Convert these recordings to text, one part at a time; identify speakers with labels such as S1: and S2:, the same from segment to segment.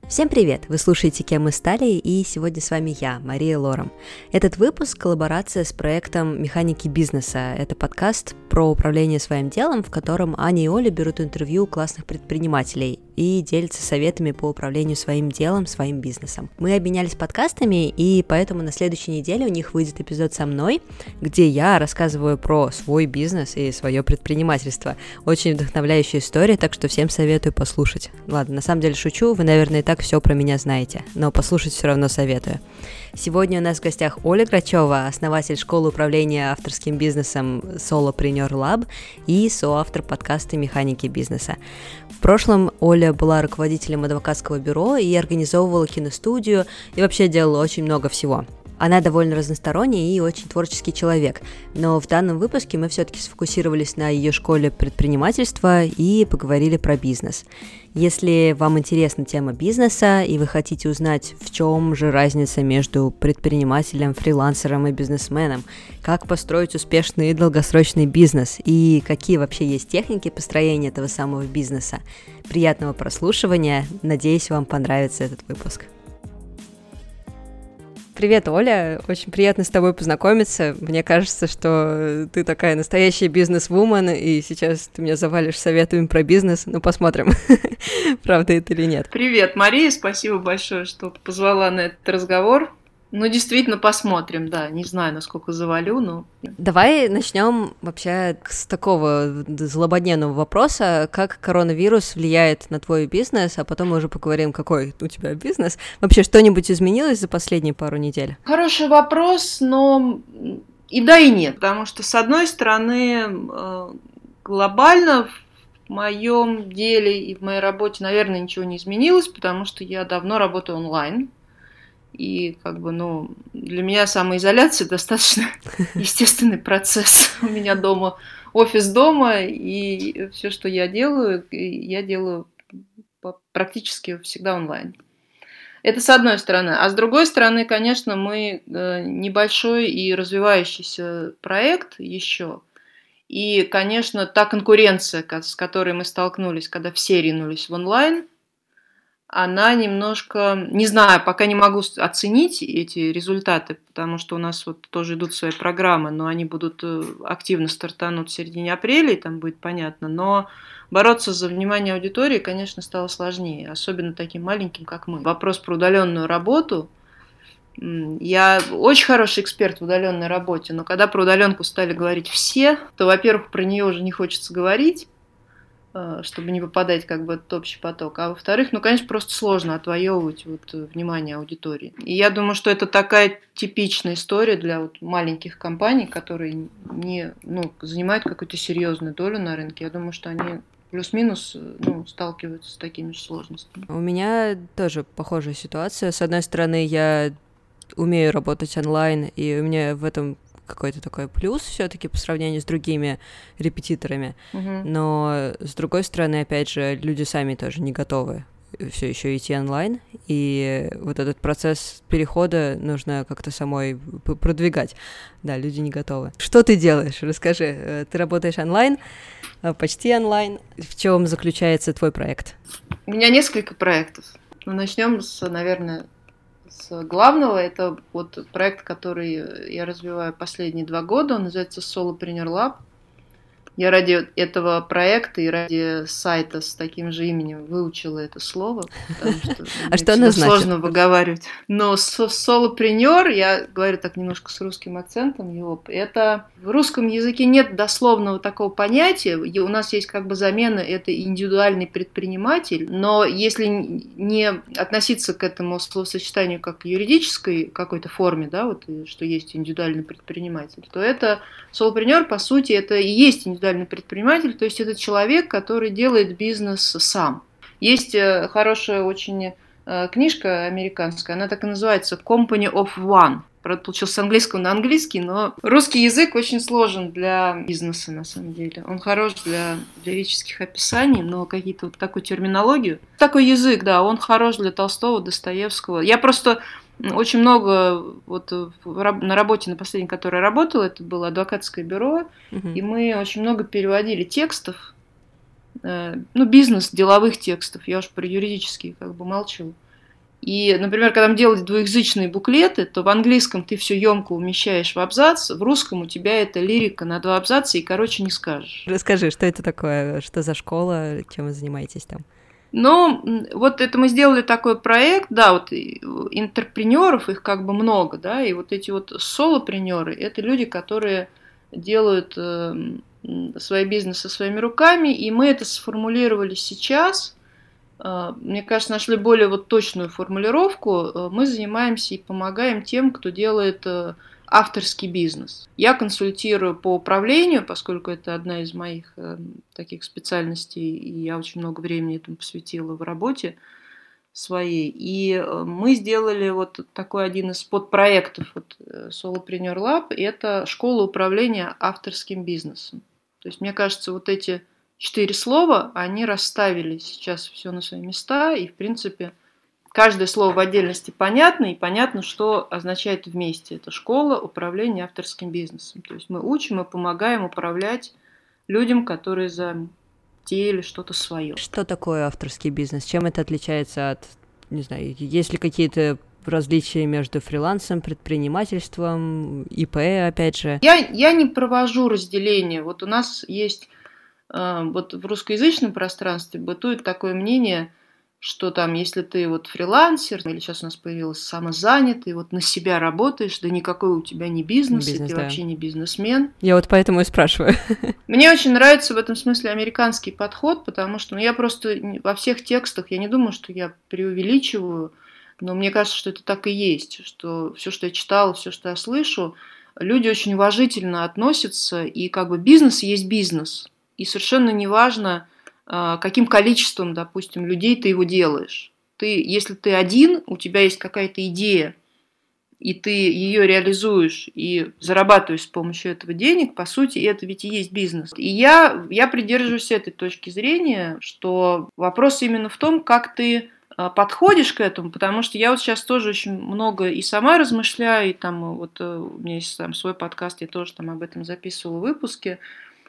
S1: Всем привет! Вы слушаете «Кем мы стали?» и сегодня с вами я, Мария Лором. Этот выпуск – коллаборация с проектом «Механики бизнеса». Это подкаст про управление своим делом, в котором Аня и Оля берут интервью у классных предпринимателей и делятся советами по управлению своим делом, своим бизнесом. Мы обменялись подкастами, и поэтому на следующей неделе у них выйдет эпизод со мной, где я рассказываю про свой бизнес и свое предпринимательство. Очень вдохновляющая история, так что всем советую послушать. Ладно, на самом деле шучу, вы, наверное, и так все про меня знаете, но послушать все равно советую. Сегодня у нас в гостях Оля Грачева, основатель школы управления авторским бизнесом Solopreneur Lab и соавтор подкаста «Механики бизнеса». В прошлом Оля была руководителем адвокатского бюро и организовывала киностудию и вообще делала очень много всего. Она довольно разносторонний и очень творческий человек, но в данном выпуске мы все-таки сфокусировались на ее школе предпринимательства и поговорили про бизнес. Если вам интересна тема бизнеса и вы хотите узнать, в чем же разница между предпринимателем, фрилансером и бизнесменом, как построить успешный и долгосрочный бизнес и какие вообще есть техники построения этого самого бизнеса, приятного прослушивания, надеюсь, вам понравится этот выпуск. Привет, Оля, очень приятно с тобой познакомиться. Мне кажется, что ты такая настоящая бизнес-вумен, и сейчас ты меня завалишь советами про бизнес. Ну, посмотрим, правда это или нет.
S2: Привет, Мария, спасибо большое, что позвала на этот разговор. Ну, действительно, посмотрим, да. Не знаю, насколько завалю, но...
S1: Давай начнем вообще с такого злободневного вопроса, как коронавирус влияет на твой бизнес, а потом мы уже поговорим, какой у тебя бизнес. Вообще, что-нибудь изменилось за последние пару недель?
S2: Хороший вопрос, но и да, и нет. Потому что, с одной стороны, глобально в моем деле и в моей работе, наверное, ничего не изменилось, потому что я давно работаю онлайн. И для меня самоизоляция достаточно естественный процесс. У меня дома офис дома, и все, что я делаю практически всегда онлайн. Это с одной стороны. А с другой стороны, конечно, мы небольшой и развивающийся проект еще. И, конечно, та конкуренция, с которой мы столкнулись, когда все ринулись в онлайн, она немножко, не знаю, пока не могу оценить эти результаты, потому что у нас вот тоже идут свои программы, но они будут активно стартануть в середине апреля, и там будет понятно. Но бороться за внимание аудитории, конечно, стало сложнее, особенно таким маленьким, как мы. Вопрос про удаленную работу. Я очень хороший эксперт в удаленной работе, но когда про удаленку стали говорить все, то, во-первых, про нее уже не хочется говорить, чтобы не попадать в этот общий поток. А во-вторых, конечно, просто сложно отвоевывать внимание аудитории. И я думаю, что это такая типичная история для маленьких компаний, которые не занимают какую-то серьезную долю на рынке. Я думаю, что они плюс-минус сталкиваются с такими же сложностями.
S1: У меня тоже похожая ситуация. С одной стороны, я умею работать онлайн, и у меня в этом какой-то такой плюс все-таки по сравнению с другими репетиторами. Но с другой стороны, опять же, люди сами тоже не готовы все еще идти онлайн, и вот этот процесс перехода нужно как-то самой продвигать. Да, люди не готовы. Что ты делаешь? Расскажи. Ты работаешь онлайн, почти онлайн. В чем заключается твой проект?
S2: У меня несколько проектов. Начнем наверное, с главного. Это проект, который я развиваю последние 2 года. Он называется Solopreneur Lab. Я ради этого проекта и ради сайта с таким же именем выучила это слово, потому что
S1: а что оно значит?
S2: Сложно выговаривать. Но Solopreneur, я говорю так немножко с русским акцентом, это в русском языке нет дословного такого понятия. У нас есть замена, это индивидуальный предприниматель, но если не относиться к этому словосочетанию как к юридической какой-то форме, да, что есть индивидуальный предприниматель, то это Solopreneur, по сути, это и есть индивидуальный предприниматель, то есть это человек, который делает бизнес сам. Есть хорошая очень книжка американская, она так и называется «Company of One». Правда, получился с английского на английский, но русский язык очень сложен для бизнеса, на самом деле. Он хорош для лирических описаний, но какие-то такую терминологию. Такой язык, да, он хорош для Толстого, Достоевского. Я просто очень много на работе, на последней, которой я работала, это было адвокатское бюро, и мы очень много переводили текстов, бизнес, деловых текстов, я уж про юридические молчу, И, например, когда мы делаем двуязычные буклеты, то в английском ты все емко умещаешь в абзац, в русском у тебя это лирика на 2 абзаца, и короче не скажешь.
S1: Расскажи, что это такое, что за школа, чем вы занимаетесь там?
S2: Но вот это мы сделали такой проект, да, вот интерпренеров, их как бы много, да, и вот эти вот солопренеры, это люди, которые делают свои бизнесы своими руками, и мы это сформулировали сейчас. Мне кажется, нашли более вот точную формулировку. Мы занимаемся и помогаем тем, кто делает авторский бизнес. Я консультирую по управлению, поскольку это одна из моих таких специальностей, и я очень много времени этому посвятила в работе своей. И мы сделали вот такой один из подпроектов вот, Solopreneur Lab, и это школа управления авторским бизнесом. То есть, мне кажется, вот эти 4 слова, они расставили сейчас все на свои места, и, в принципе, каждое слово в отдельности понятно, и понятно, что означает вместе. Это школа управления авторским бизнесом. То есть мы учим и помогаем управлять людям, которые затеяли что-то свое.
S1: Что такое авторский бизнес? Чем это отличается от, не знаю, есть ли какие-то различия между фрилансом, предпринимательством, ИП, опять же?
S2: Я не провожу разделение. Вот у нас есть вот в русскоязычном пространстве бытует такое мнение, что там, если ты вот фрилансер, или сейчас у нас появилось самозанятый, вот на себя работаешь, да никакой у тебя не бизнес, и ты вообще не бизнесмен.
S1: Я вот поэтому и спрашиваю.
S2: Мне очень нравится в этом смысле американский подход, потому что я просто во всех текстах, я не думаю, что я преувеличиваю, но мне кажется, что это так и есть, что все, что я читала, все, что я слышу, люди очень уважительно относятся, и как бы бизнес есть бизнес. И совершенно неважно, каким количеством, допустим, людей ты его делаешь. Если ты один, у тебя есть какая-то идея, и ты ее реализуешь и зарабатываешь с помощью этого денег, по сути, это ведь и есть бизнес. И я придерживаюсь этой точки зрения, что вопрос именно в том, как ты подходишь к этому, потому что я вот сейчас тоже очень много и сама размышляю, и там вот у меня есть там свой подкаст, я тоже там об этом записывала выпуски,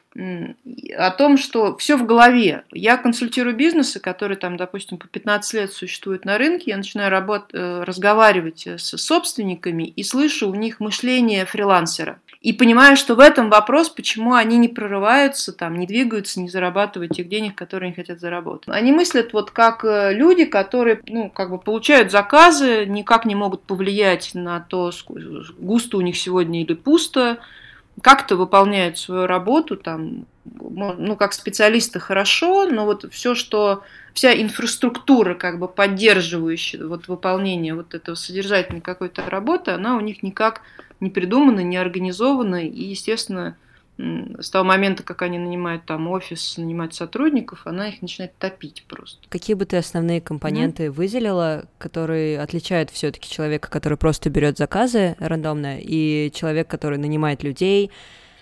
S2: о том, что все в голове. Я консультирую бизнесы, которые там, допустим, по 15 лет существуют на рынке, я начинаю разговаривать с собственниками и слышу у них мышление фрилансера. И понимаю, что в этом вопрос, почему они не прорываются, там, не двигаются, не зарабатывают тех денег, которые они хотят заработать. Они мыслят вот как люди, которые как бы получают заказы, никак не могут повлиять на то, густо у них сегодня или пусто, как-то выполняют свою работу, там, как специалисты хорошо, но вот все, что вся инфраструктура, как бы поддерживающая вот выполнение вот этого содержательной какой-то работы, она у них никак не придумана, не организована, и, естественно, с того момента, как они нанимают там офис, нанимают сотрудников, она их начинает топить просто.
S1: Какие бы ты основные компоненты выделила, которые отличают все-таки человека, который просто берет заказы рандомно, и человек, который нанимает людей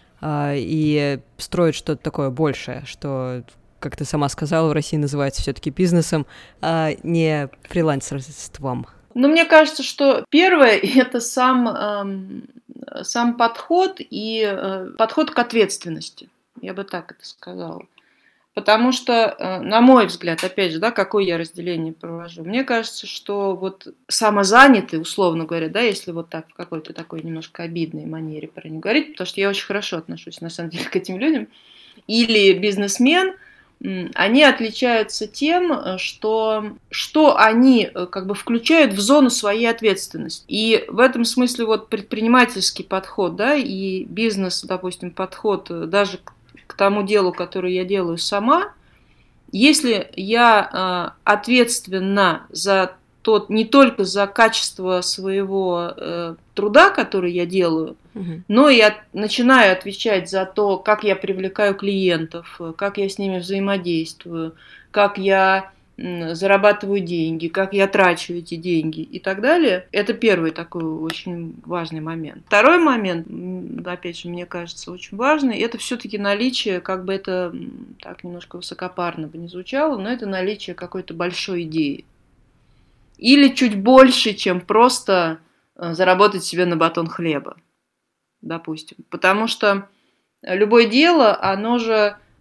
S1: и строит что-то такое большее, что, как ты сама сказала, в России называется все-таки бизнесом, а не фрилансерством?
S2: Мне кажется, что первое – это сам подход и подход к ответственности. Я бы так это сказала. Потому что, на мой взгляд, опять же, да, какое я разделение провожу, мне кажется, что вот самозанятый, условно говоря, да, если вот так в какой-то такой немножко обидной манере про них говорить, потому что я очень хорошо отношусь, на самом деле, к этим людям, или бизнесмен, они отличаются тем, что они как бы включают в зону своей ответственности. И в этом смысле вот предпринимательский подход, да, и бизнес, допустим, подход даже к тому делу, которое я делаю сама, если я ответственна за не только за качество своего труда, который я делаю, но и начинаю отвечать за то, как я привлекаю клиентов, как я с ними взаимодействую, как я зарабатываю деньги, как я трачу эти деньги и так далее. Это первый такой очень важный момент. Второй момент, опять же, мне кажется, очень важный, это все-таки наличие, как бы это так немножко высокопарно бы не звучало, но это наличие какой-то большой идеи. Или чуть больше, чем просто заработать себе на батон хлеба, допустим. Потому что любое дело, оно же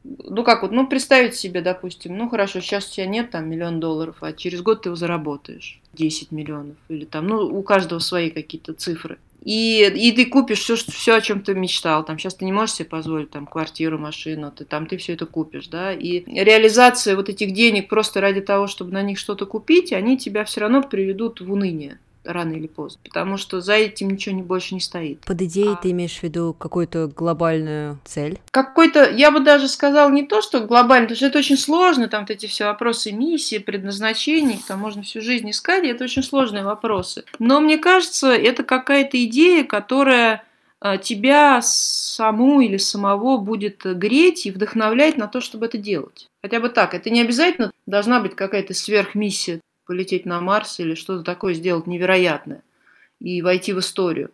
S2: ну как вот, ну представить себе, допустим, ну хорошо, сейчас у тебя нет там $1 000 000, а через год ты его заработаешь 10 миллионов или там, ну у каждого свои какие-то цифры. И ты купишь все, о чем ты мечтал. Там сейчас ты не можешь себе позволить там квартиру, машину, ты все это купишь, да. И реализация вот этих денег просто ради того, чтобы на них что-то купить, они тебя все равно приведут в уныние рано или поздно, потому что за этим ничего больше не стоит.
S1: Под идеей ты имеешь в виду какую-то глобальную цель?
S2: Какой-то, я бы даже сказала, не то, что глобально, потому что это очень сложно, там вот эти все вопросы миссии, предназначений, там можно всю жизнь искать, и это очень сложные вопросы. Но мне кажется, это какая-то идея, которая тебя саму или самого будет греть и вдохновлять на то, чтобы это делать. Хотя бы так. Это не обязательно должна быть какая-то сверхмиссия, полететь на Марс или что-то такое сделать невероятное и войти в историю.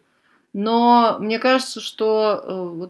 S2: Но мне кажется, что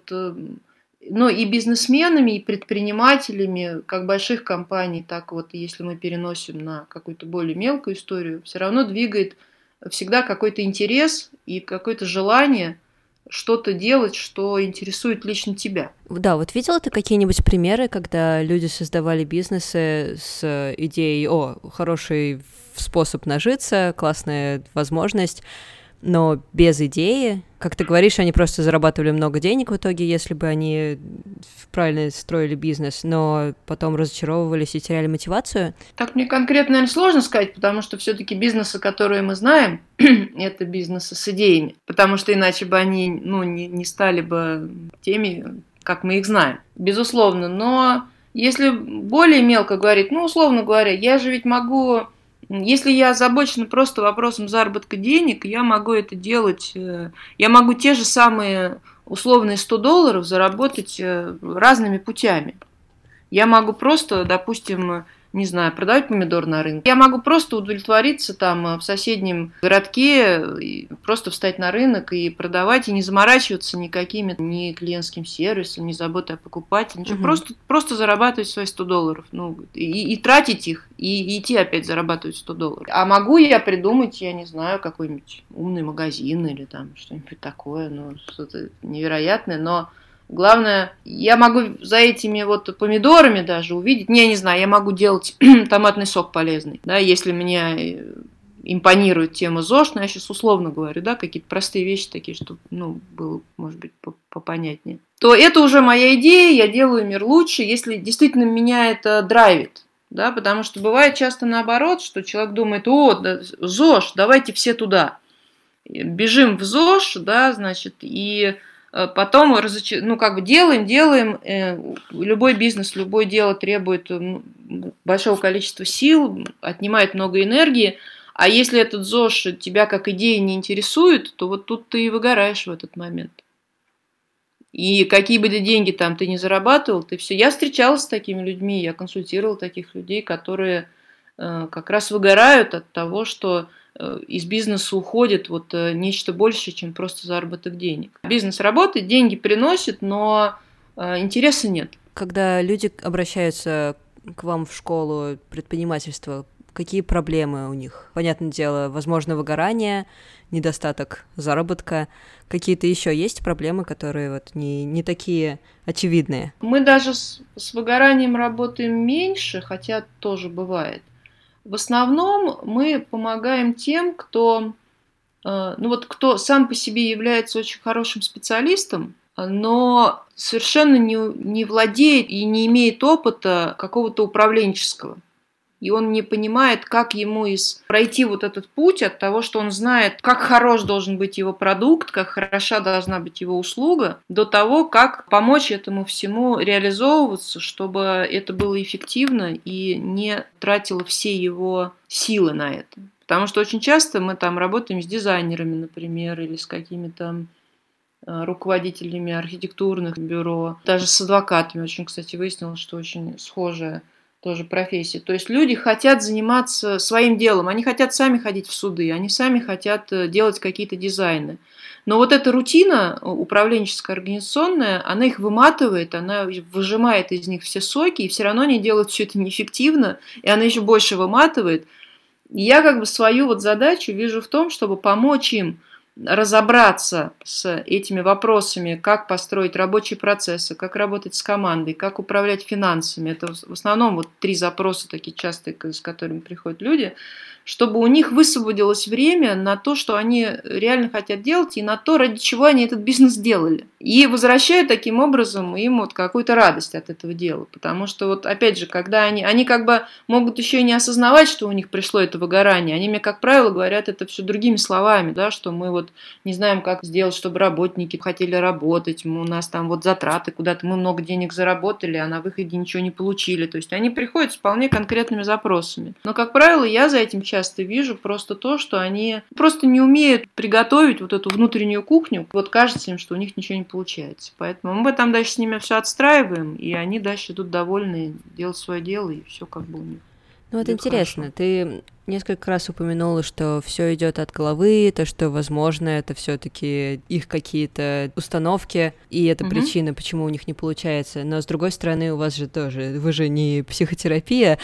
S2: ну, и бизнесменами, и предпринимателями, как больших компаний, так вот, если мы переносим на какую-то более мелкую историю, все равно двигает всегда какой-то интерес и какое-то желание что-то делать, что интересует лично тебя.
S1: Да, вот видела ты какие-нибудь примеры, когда люди создавали бизнесы с идеей, хороший способ нажиться, классная возможность, но без идеи? Как ты говоришь, они просто зарабатывали много денег в итоге, если бы они правильно строили бизнес, но потом разочаровывались и теряли мотивацию?
S2: Так мне конкретно, наверное, сложно сказать, потому что все-таки бизнесы, которые мы знаем, это бизнесы с идеями, потому что иначе бы они не стали бы теми, как мы их знаем. Безусловно, но если более мелко говорить, условно говоря, я же ведь могу... Если я озабочена просто вопросом заработка денег, я могу это делать, я могу те же самые условные $100 заработать разными путями. Я могу просто, допустим, не знаю, продавать помидор на рынке. Я могу просто удовлетвориться там в соседнем городке, просто встать на рынок и продавать, и не заморачиваться никакими ни клиентским сервисом, ни заботой о покупателе, ничего. Просто зарабатывать свои $100. И тратить их, и идти опять зарабатывать $100. А могу я придумать, я не знаю, какой-нибудь умный магазин или там что-нибудь такое, что-то невероятное, но... Главное, я могу за этими вот помидорами даже увидеть, не знаю, я могу делать томатный сок полезный, да, если мне импонирует тема ЗОЖ, но я сейчас условно говорю, да, какие-то простые вещи такие, чтобы, было, может быть, попонятнее, то это уже моя идея, я делаю мир лучше, если действительно меня это драйвит, да, потому что бывает часто наоборот, что человек думает, да, ЗОЖ, давайте все туда, бежим в ЗОЖ, да, значит, и... Потом, делаем. Любой бизнес, любое дело требует большого количества сил, отнимает много энергии. А если этот ЗОЖ тебя как идея не интересует, то вот тут ты и выгораешь в этот момент. И какие бы ты деньги там ты не зарабатывал, ты все. Я встречалась с такими людьми, я консультировала таких людей, которые как раз выгорают от того, что из бизнеса уходит нечто большее, чем просто заработок денег. Бизнес работает, деньги приносит, но интереса нет.
S1: Когда люди обращаются к вам в школу предпринимательства, какие проблемы у них? Понятное дело, возможно, выгорание, недостаток заработка. Какие-то еще есть проблемы, которые не такие очевидные?
S2: Мы даже с выгоранием работаем меньше, хотя тоже бывает. В основном мы помогаем тем, кто сам по себе является очень хорошим специалистом, но совершенно не владеет и не имеет опыта какого-то управленческого. И он не понимает, как ему пройти вот этот путь от того, что он знает, как хорош должен быть его продукт, как хороша должна быть его услуга, до того, как помочь этому всему реализовываться, чтобы это было эффективно и не тратило все его силы на это. Потому что очень часто мы там работаем с дизайнерами, например, или с какими-то руководителями архитектурных бюро, даже с адвокатами. Очень, кстати, выяснилось, что очень схожая тоже профессия. То есть люди хотят заниматься своим делом, они хотят сами ходить в суды, они сами хотят делать какие-то дизайны. Но вот эта рутина управленческая, организационная, она их выматывает, она выжимает из них все соки, и все равно они делают все это неэффективно, и она еще больше выматывает. И я свою задачу вижу в том, чтобы помочь им разобраться с этими вопросами, как построить рабочие процессы, как работать с командой, как управлять финансами. Это в основном вот 3 запроса такие частые, с которыми приходят люди, чтобы у них высвободилось время на то, что они реально хотят делать, и на то, ради чего они этот бизнес делали. И возвращают таким образом им вот какую-то радость от этого дела. Потому что вот опять же, когда они как бы могут еще и не осознавать, что у них пришло это выгорание. Они мне, как правило, говорят это все другими словами, да, что мы вот не знаем, как сделать, чтобы работники хотели работать, у нас там вот затраты куда-то, мы много денег заработали, а на выходе ничего не получили. То есть они приходят с вполне конкретными запросами. Но, как правило, я за этим часто вижу просто то, что они просто не умеют приготовить вот эту внутреннюю кухню. Вот кажется им, что у них ничего не получается. Поэтому мы там дальше с ними все отстраиваем, и они дальше идут довольные, делают свое дело, и все как бы у них.
S1: Ну вот интересно, хорошо. Ты несколько раз упомянула, что все идет от головы, то, что, возможно, это все-таки их какие-то установки, и это причина, почему у них не получается. Но с другой стороны, у вас же тоже, вы же не психотерапия,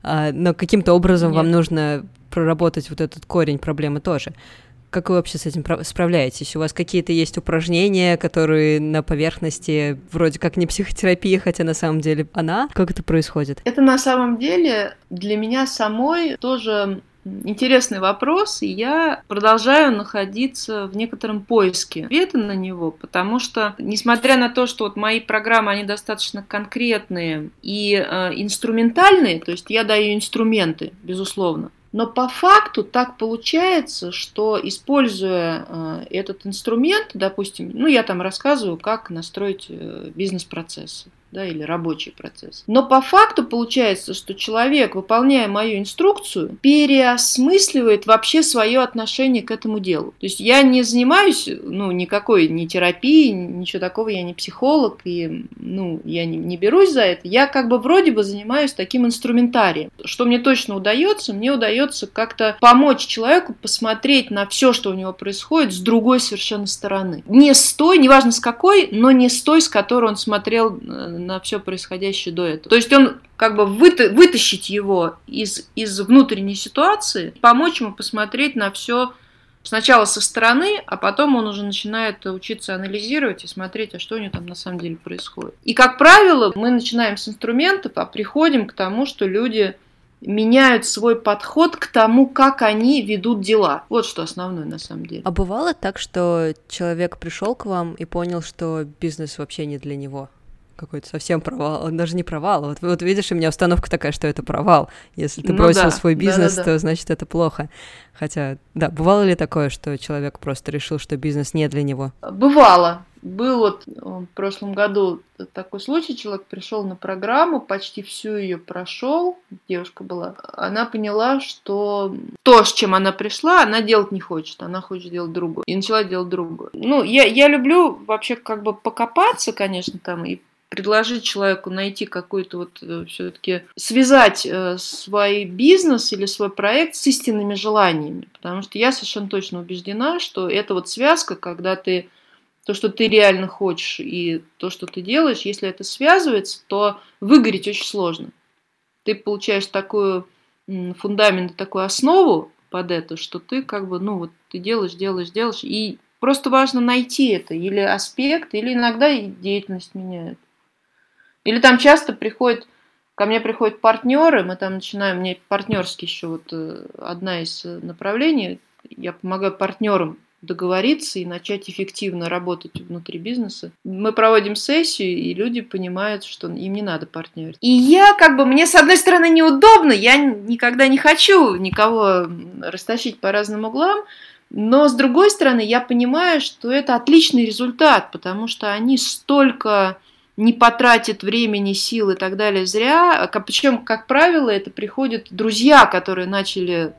S1: но каким-то образом вам нужно проработать вот этот корень проблемы тоже. Как вы вообще с этим справляетесь? У вас какие-то есть упражнения, которые на поверхности вроде как не психотерапия, хотя на самом деле она? Как это происходит?
S2: Это на самом деле для меня самой тоже интересный вопрос, и я продолжаю находиться в некотором поиске ответа на него, потому что, несмотря на то, что вот мои программы, они достаточно конкретные и инструментальные, то есть я даю инструменты, безусловно, но по факту так получается, что, используя этот инструмент, допустим, я там рассказываю, как настроить бизнес-процессы, да, или рабочий процесс. Но по факту получается, что человек, выполняя мою инструкцию, переосмысливает вообще свое отношение к этому делу. То есть я не занимаюсь, никакой ни терапией, ничего такого, я не психолог, и, я не берусь за это. Я как бы вроде бы занимаюсь таким инструментарием. Что мне точно удается? Мне удается как-то помочь человеку посмотреть на все, что у него происходит, с другой совершенно стороны. Не с той, неважно с какой, но не с той, с которой он смотрел на все происходящее до этого. То есть он как бы вытащить его из внутренней ситуации, помочь ему посмотреть на все сначала со стороны, а потом он уже начинает учиться анализировать и смотреть, а что у него там на самом деле происходит. И, как правило, мы начинаем с инструментов, а приходим к тому, что люди меняют свой подход к тому, как они ведут дела. Вот что основное на самом деле.
S1: А бывало так, что человек пришел к вам и понял, что бизнес вообще не для него? Какой-то совсем провал, он даже не провал. Вот видишь, у меня установка такая, что это провал. Если ты бросил свой бизнес, то значит это плохо. Хотя, да, бывало ли такое, что человек просто решил, что бизнес не для него?
S2: Бывало. Был вот в прошлом году такой случай, человек пришел на программу, почти всю ее прошел, девушка была. Она поняла, что то, с чем она пришла, она делать не хочет, она хочет делать другое. И начала делать другое. Я люблю вообще как бы покопаться, конечно, там и предложить человеку найти какой-то вот все-таки связать свой бизнес или свой проект с истинными желаниями. Потому что я совершенно точно убеждена, что это вот связка, когда ты то, что ты реально хочешь, и то, что ты делаешь, если это связывается, то выгореть очень сложно. Ты получаешь такой фундамент, такую основу под это, что ты как бы, ты делаешь, и просто важно найти это, или аспект, или иногда и деятельность меняет. Или там часто ко мне приходят партнеры, мы там начинаем, мне партнерский еще вот одна из направлений, я помогаю партнерам договориться и начать эффективно работать внутри бизнеса. Мы проводим сессию, и люди понимают, что им не надо партнерить. И я мне с одной стороны неудобно, я никогда не хочу никого растащить по разным углам, но с другой стороны я понимаю, что это отличный результат, потому что они столько не потратит времени, сил и так далее зря. Причем, как правило, это приходят друзья, которые начали,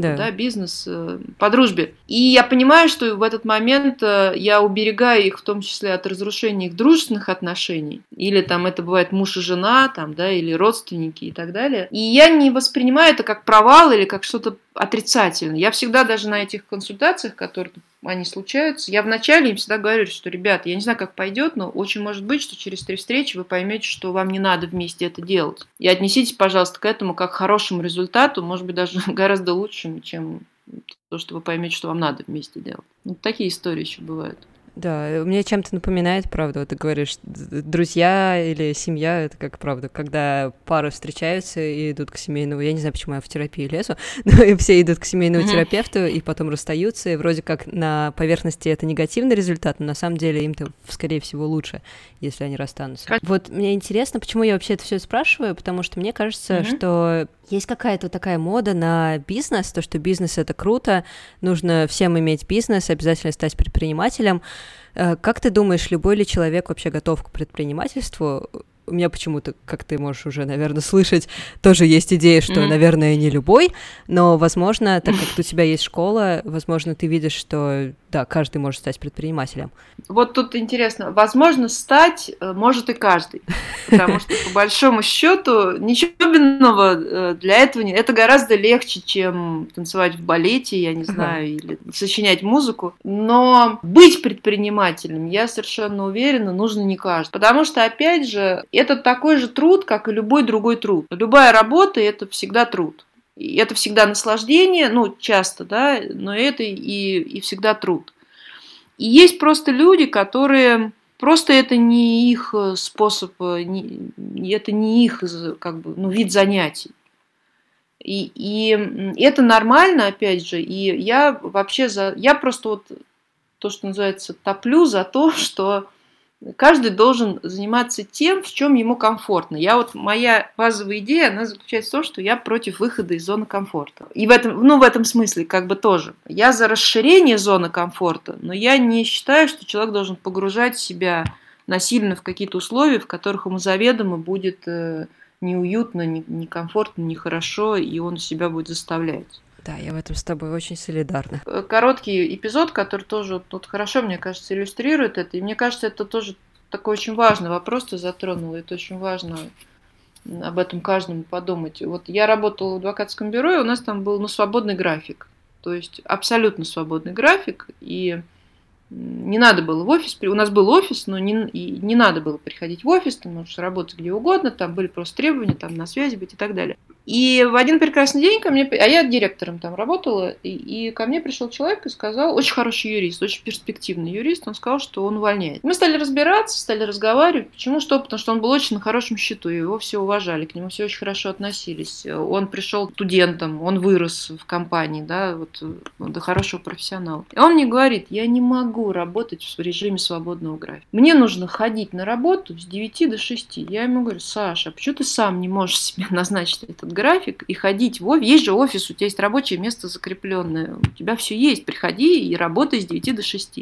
S2: бизнес по дружбе. И я понимаю, что в этот момент я уберегаю их, в том числе от разрушения их дружественных отношений. Или там это бывает муж и жена, или родственники и так далее. И я не воспринимаю это как провал или как что-то отрицательное. Я всегда даже на этих консультациях, которые они случаются, я вначале им всегда говорю, что, ребят, я не знаю, как пойдет, но очень может быть, что через 3 встречи вы поймете, что вам не надо вместе это делать. И отнеситесь, пожалуйста, к этому как к хорошему результату, может быть, даже гораздо лучшему, чем то, что вы поймете, что вам надо вместе делать. Вот такие истории еще бывают.
S1: Да, мне чем-то напоминает, правда, вот ты говоришь, друзья или семья, это как правда, когда пары встречаются и идут к семейному, я не знаю, почему я в терапию лезу, но и все идут к семейному терапевту и потом расстаются, и вроде как на поверхности это негативный результат, но на самом деле им-то, скорее всего, лучше, если они расстанутся. Вот мне интересно, почему я вообще это все спрашиваю, потому что мне кажется, что есть какая-то такая мода на бизнес, то, что бизнес — это круто, нужно всем иметь бизнес, обязательно стать предпринимателем. Как ты думаешь, любой ли человек вообще готов к предпринимательству? У меня почему-то, как ты можешь уже, наверное, слышать, тоже есть идея, что, наверное, не любой, но, возможно, так как у тебя есть школа, возможно, ты видишь, что, да, каждый может стать предпринимателем.
S2: Вот тут интересно, возможно, стать может и каждый, потому что, по большому счету, ничего особенного для этого нет. Это гораздо легче, чем танцевать в балете, я не знаю, или сочинять музыку, но быть предпринимателем, я совершенно уверена, нужно не каждый, потому что, опять же, это такой же труд, как и любой другой труд. Любая работа – это всегда труд. И это всегда наслаждение, ну, часто, да, но это и всегда труд. И есть просто люди, которые просто это не их способ, это не их как бы, ну, вид занятий. И это нормально, опять же. И я вообще я просто вот то, что называется, топлю за то, что каждый должен заниматься тем, в чем ему комфортно. Моя базовая идея, она заключается в том, что я против выхода из зоны комфорта. И в этом смысле как бы тоже. Я за расширение зоны комфорта, но я не считаю, что человек должен погружать себя насильно в какие-то условия, в которых ему заведомо будет неуютно, некомфортно, нехорошо, и он себя будет заставлять.
S1: Да, я в этом с тобой очень солидарна.
S2: Короткий эпизод, который тоже тут хорошо, мне кажется, иллюстрирует это. И мне кажется, это тоже такой очень важный вопрос ты затронула. Это очень важно об этом каждому подумать. Вот я работала в адвокатском бюро, и у нас там был свободный график. То есть абсолютно свободный график. И не надо было в офис. У нас был офис, но не надо было приходить в офис. Ты можешь работать где угодно. Там были просто требования, там на связи быть и так далее. И в один прекрасный день ко мне, а я директором там работала, и ко мне пришел человек и сказал, очень хороший юрист, очень перспективный юрист, он сказал, что он увольняет. Мы стали разбираться, стали разговаривать. Почему? Потому что он был очень на хорошем счету, его все уважали, к нему все очень хорошо относились. Он пришел студентом, он вырос в компании, да, вот до хорошего профессионала. И он мне говорит, я не могу работать в режиме свободного графика. Мне нужно ходить на работу с 9 до 6. Я ему говорю, Саша, а почему ты сам не можешь себе назначить этот график и ходить в офис? Есть же офис, у тебя есть рабочее место закрепленное, у тебя все есть, приходи и работай с 9 до 6.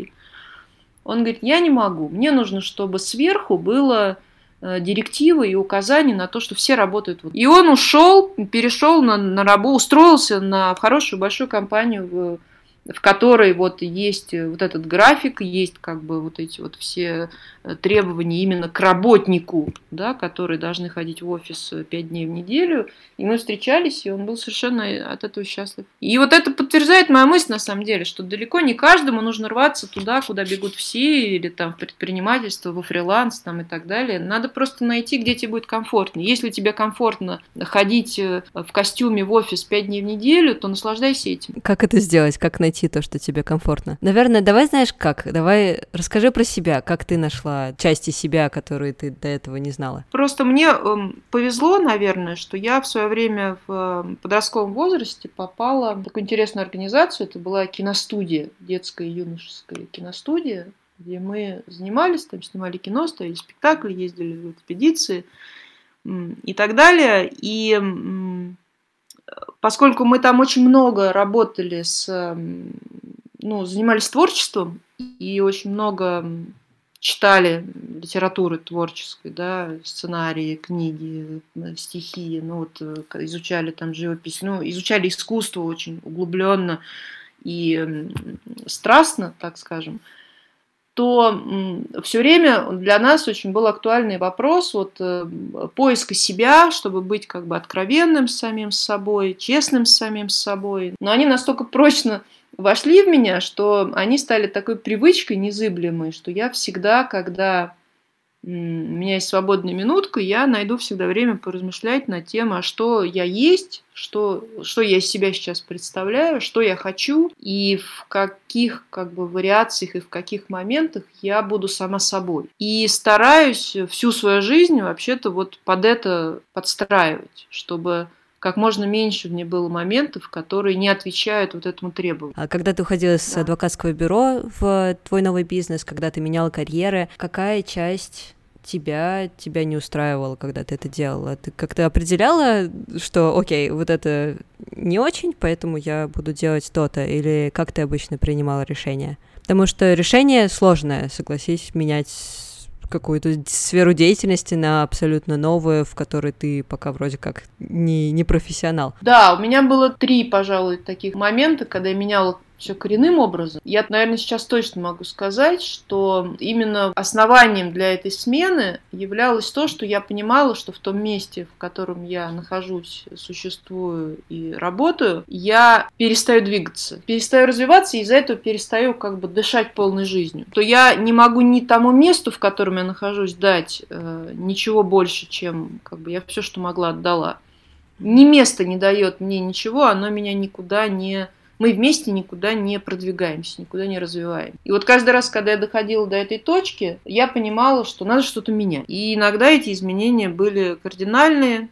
S2: Он говорит, я не могу, мне нужно, чтобы сверху было директивы и указания на то, что все работают. И он ушел, перешел на работу, устроился в хорошую большую компанию, в которой вот есть вот этот график, есть как бы вот эти вот все требования именно к работнику, да, которые должны ходить в офис 5 дней в неделю. И мы встречались, и он был совершенно от этого счастлив. И вот это подтверждает мою мысль, на самом деле, что далеко не каждому нужно рваться туда, куда бегут все, или там в предпринимательство, во фриланс там, и так далее. Надо просто найти, где тебе будет комфортно. Если тебе комфортно ходить в костюме в офис 5 дней в неделю, то наслаждайся этим.
S1: Как это сделать? Как найти то, что тебе комфортно? Наверное, давай знаешь как? Давай расскажи про себя, как ты нашла части себя, которые ты до этого не знала.
S2: Просто мне повезло, наверное, что я в свое время в подростковом возрасте попала в такую интересную организацию. Это была киностудия, детская и юношеская киностудия, где мы занимались, там снимали кино, ставили спектакли, ездили в экспедиции и так далее. И поскольку мы там очень много работали занимались творчеством и очень много читали литературы творческой, да, сценарии, книги, стихи, изучали там живопись, изучали искусство очень углубленно и страстно, так скажем, то все время для нас очень был актуальный вопрос поиска себя, чтобы быть как бы откровенным с самим собой, честным с самим собой. Но они настолько прочно вошли в меня, что они стали такой привычкой незыблемой, что я всегда, когда у меня есть свободная минутка, я найду всегда время поразмышлять на тему, а что я есть, что я из себя сейчас представляю, что я хочу, и в каких как бы вариациях и в каких моментах я буду сама собой. И стараюсь всю свою жизнь вообще-то вот под это подстраивать, чтобы как можно меньше в ней было моментов, которые не отвечают вот этому требованию.
S1: А когда ты уходила с адвокатского бюро в твой новый бизнес, когда ты меняла карьеры, какая часть тебя не устраивала, когда ты это делала? Ты как-то определяла, что, окей, вот это не очень, поэтому я буду делать то-то? Или как ты обычно принимала решение? Потому что решение сложное, согласись, менять какую-то сферу деятельности на абсолютно новую, в которой ты пока вроде как не профессионал.
S2: Да, у меня было 3, пожалуй, таких момента, когда я меняла все коренным образом. Я, наверное, сейчас точно могу сказать, что именно основанием для этой смены являлось то, что я понимала, что в том месте, в котором я нахожусь, существую и работаю, я перестаю двигаться, перестаю развиваться, и из-за этого перестаю как бы дышать полной жизнью. То я не могу ни тому месту, в котором я нахожусь, дать ничего больше, чем как бы я все, что могла, отдала. Ни место не дает мне ничего, оно меня никуда не... Мы вместе никуда не продвигаемся, никуда не развиваем. И вот каждый раз, когда я доходила до этой точки, я понимала, что надо что-то менять. И иногда эти изменения были кардинальные,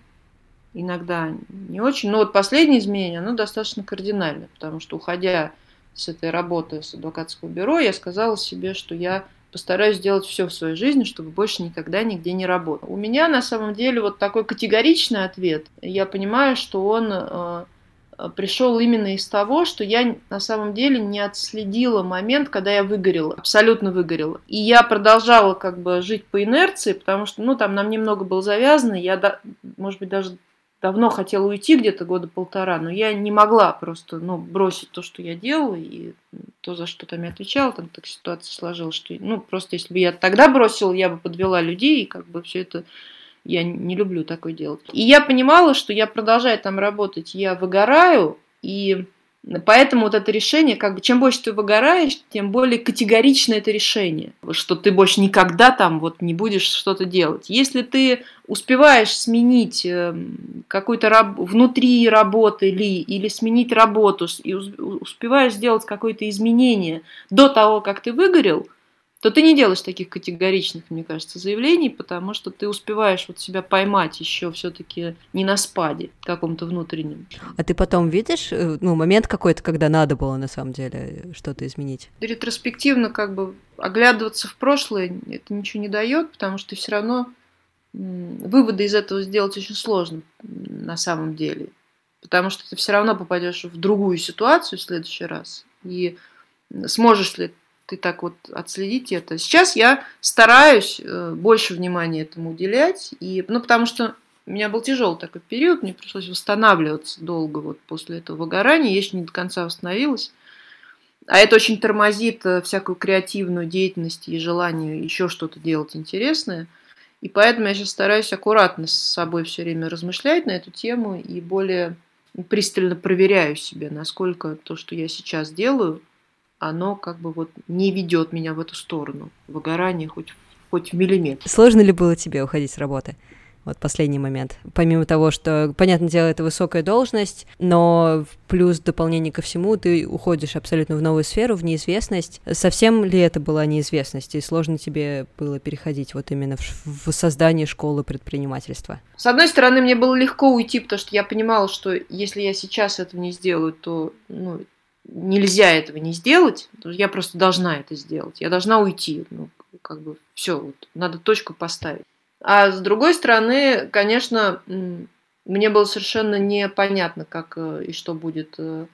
S2: иногда не очень. Но вот последнее изменение, оно достаточно кардинальное, потому что, уходя с этой работы с адвокатского бюро, я сказала себе, что я постараюсь сделать все в своей жизни, чтобы больше никогда нигде не работал. У меня на самом деле вот такой категоричный ответ. Я понимаю, что он пришел именно из того, что я на самом деле не отследила момент, когда я выгорела, абсолютно выгорела. И я продолжала как бы жить по инерции, потому что, ну, там на мне много было завязано, я, может быть, даже давно хотела уйти, где-то года 1,5, но я не могла просто, ну, бросить то, что я делала, и то, за что там я отвечала, там так ситуация сложилась, что, ну, просто если бы я тогда бросила, я бы подвела людей, и как бы все это... Я не люблю такое делать. И я понимала, что я продолжаю там работать, я выгораю, и поэтому вот это решение, как бы, чем больше ты выгораешь, тем более категорично это решение, что ты больше никогда там вот не будешь что-то делать. Если ты успеваешь сменить какой-то внутри работы или сменить работу, и успеваешь сделать какое-то изменение до того, как ты выгорел, то ты не делаешь таких категоричных, мне кажется, заявлений, потому что ты успеваешь вот себя поймать еще все-таки не на спаде каком-то внутреннем.
S1: А ты потом видишь, ну, момент какой-то, когда надо было на самом деле что-то изменить?
S2: Ретроспективно как бы оглядываться в прошлое это ничего не дает, потому что все равно выводы из этого сделать очень сложно на самом деле. Потому что ты все равно попадешь в другую ситуацию в следующий раз. И сможешь ли ты так вот отследить это. Сейчас я стараюсь больше внимания этому уделять, и, ну, потому что у меня был тяжелый такой период, мне пришлось восстанавливаться долго вот после этого выгорания, я еще не до конца восстановилась. А это очень тормозит всякую креативную деятельность и желание еще что-то делать интересное. И поэтому я сейчас стараюсь аккуратно с собой все время размышлять на эту тему и более пристально проверяю себя, насколько то, что я сейчас делаю, оно как бы вот не ведет меня в эту сторону. Выгорание хоть в миллиметр.
S1: Сложно ли было тебе уходить с работы? Вот последний момент. Помимо того, что, понятное дело, это высокая должность, но плюс в дополнение ко всему ты уходишь абсолютно в новую сферу, в неизвестность. Совсем ли это была неизвестность? И сложно тебе было переходить вот именно в создание школы предпринимательства?
S2: С одной стороны, мне было легко уйти, потому что я понимала, что если я сейчас этого не сделаю, то нельзя этого не сделать. Я просто должна это сделать. Я должна уйти. Как бы все, вот, надо точку поставить. А с другой стороны, конечно, мне было совершенно непонятно, как и что будет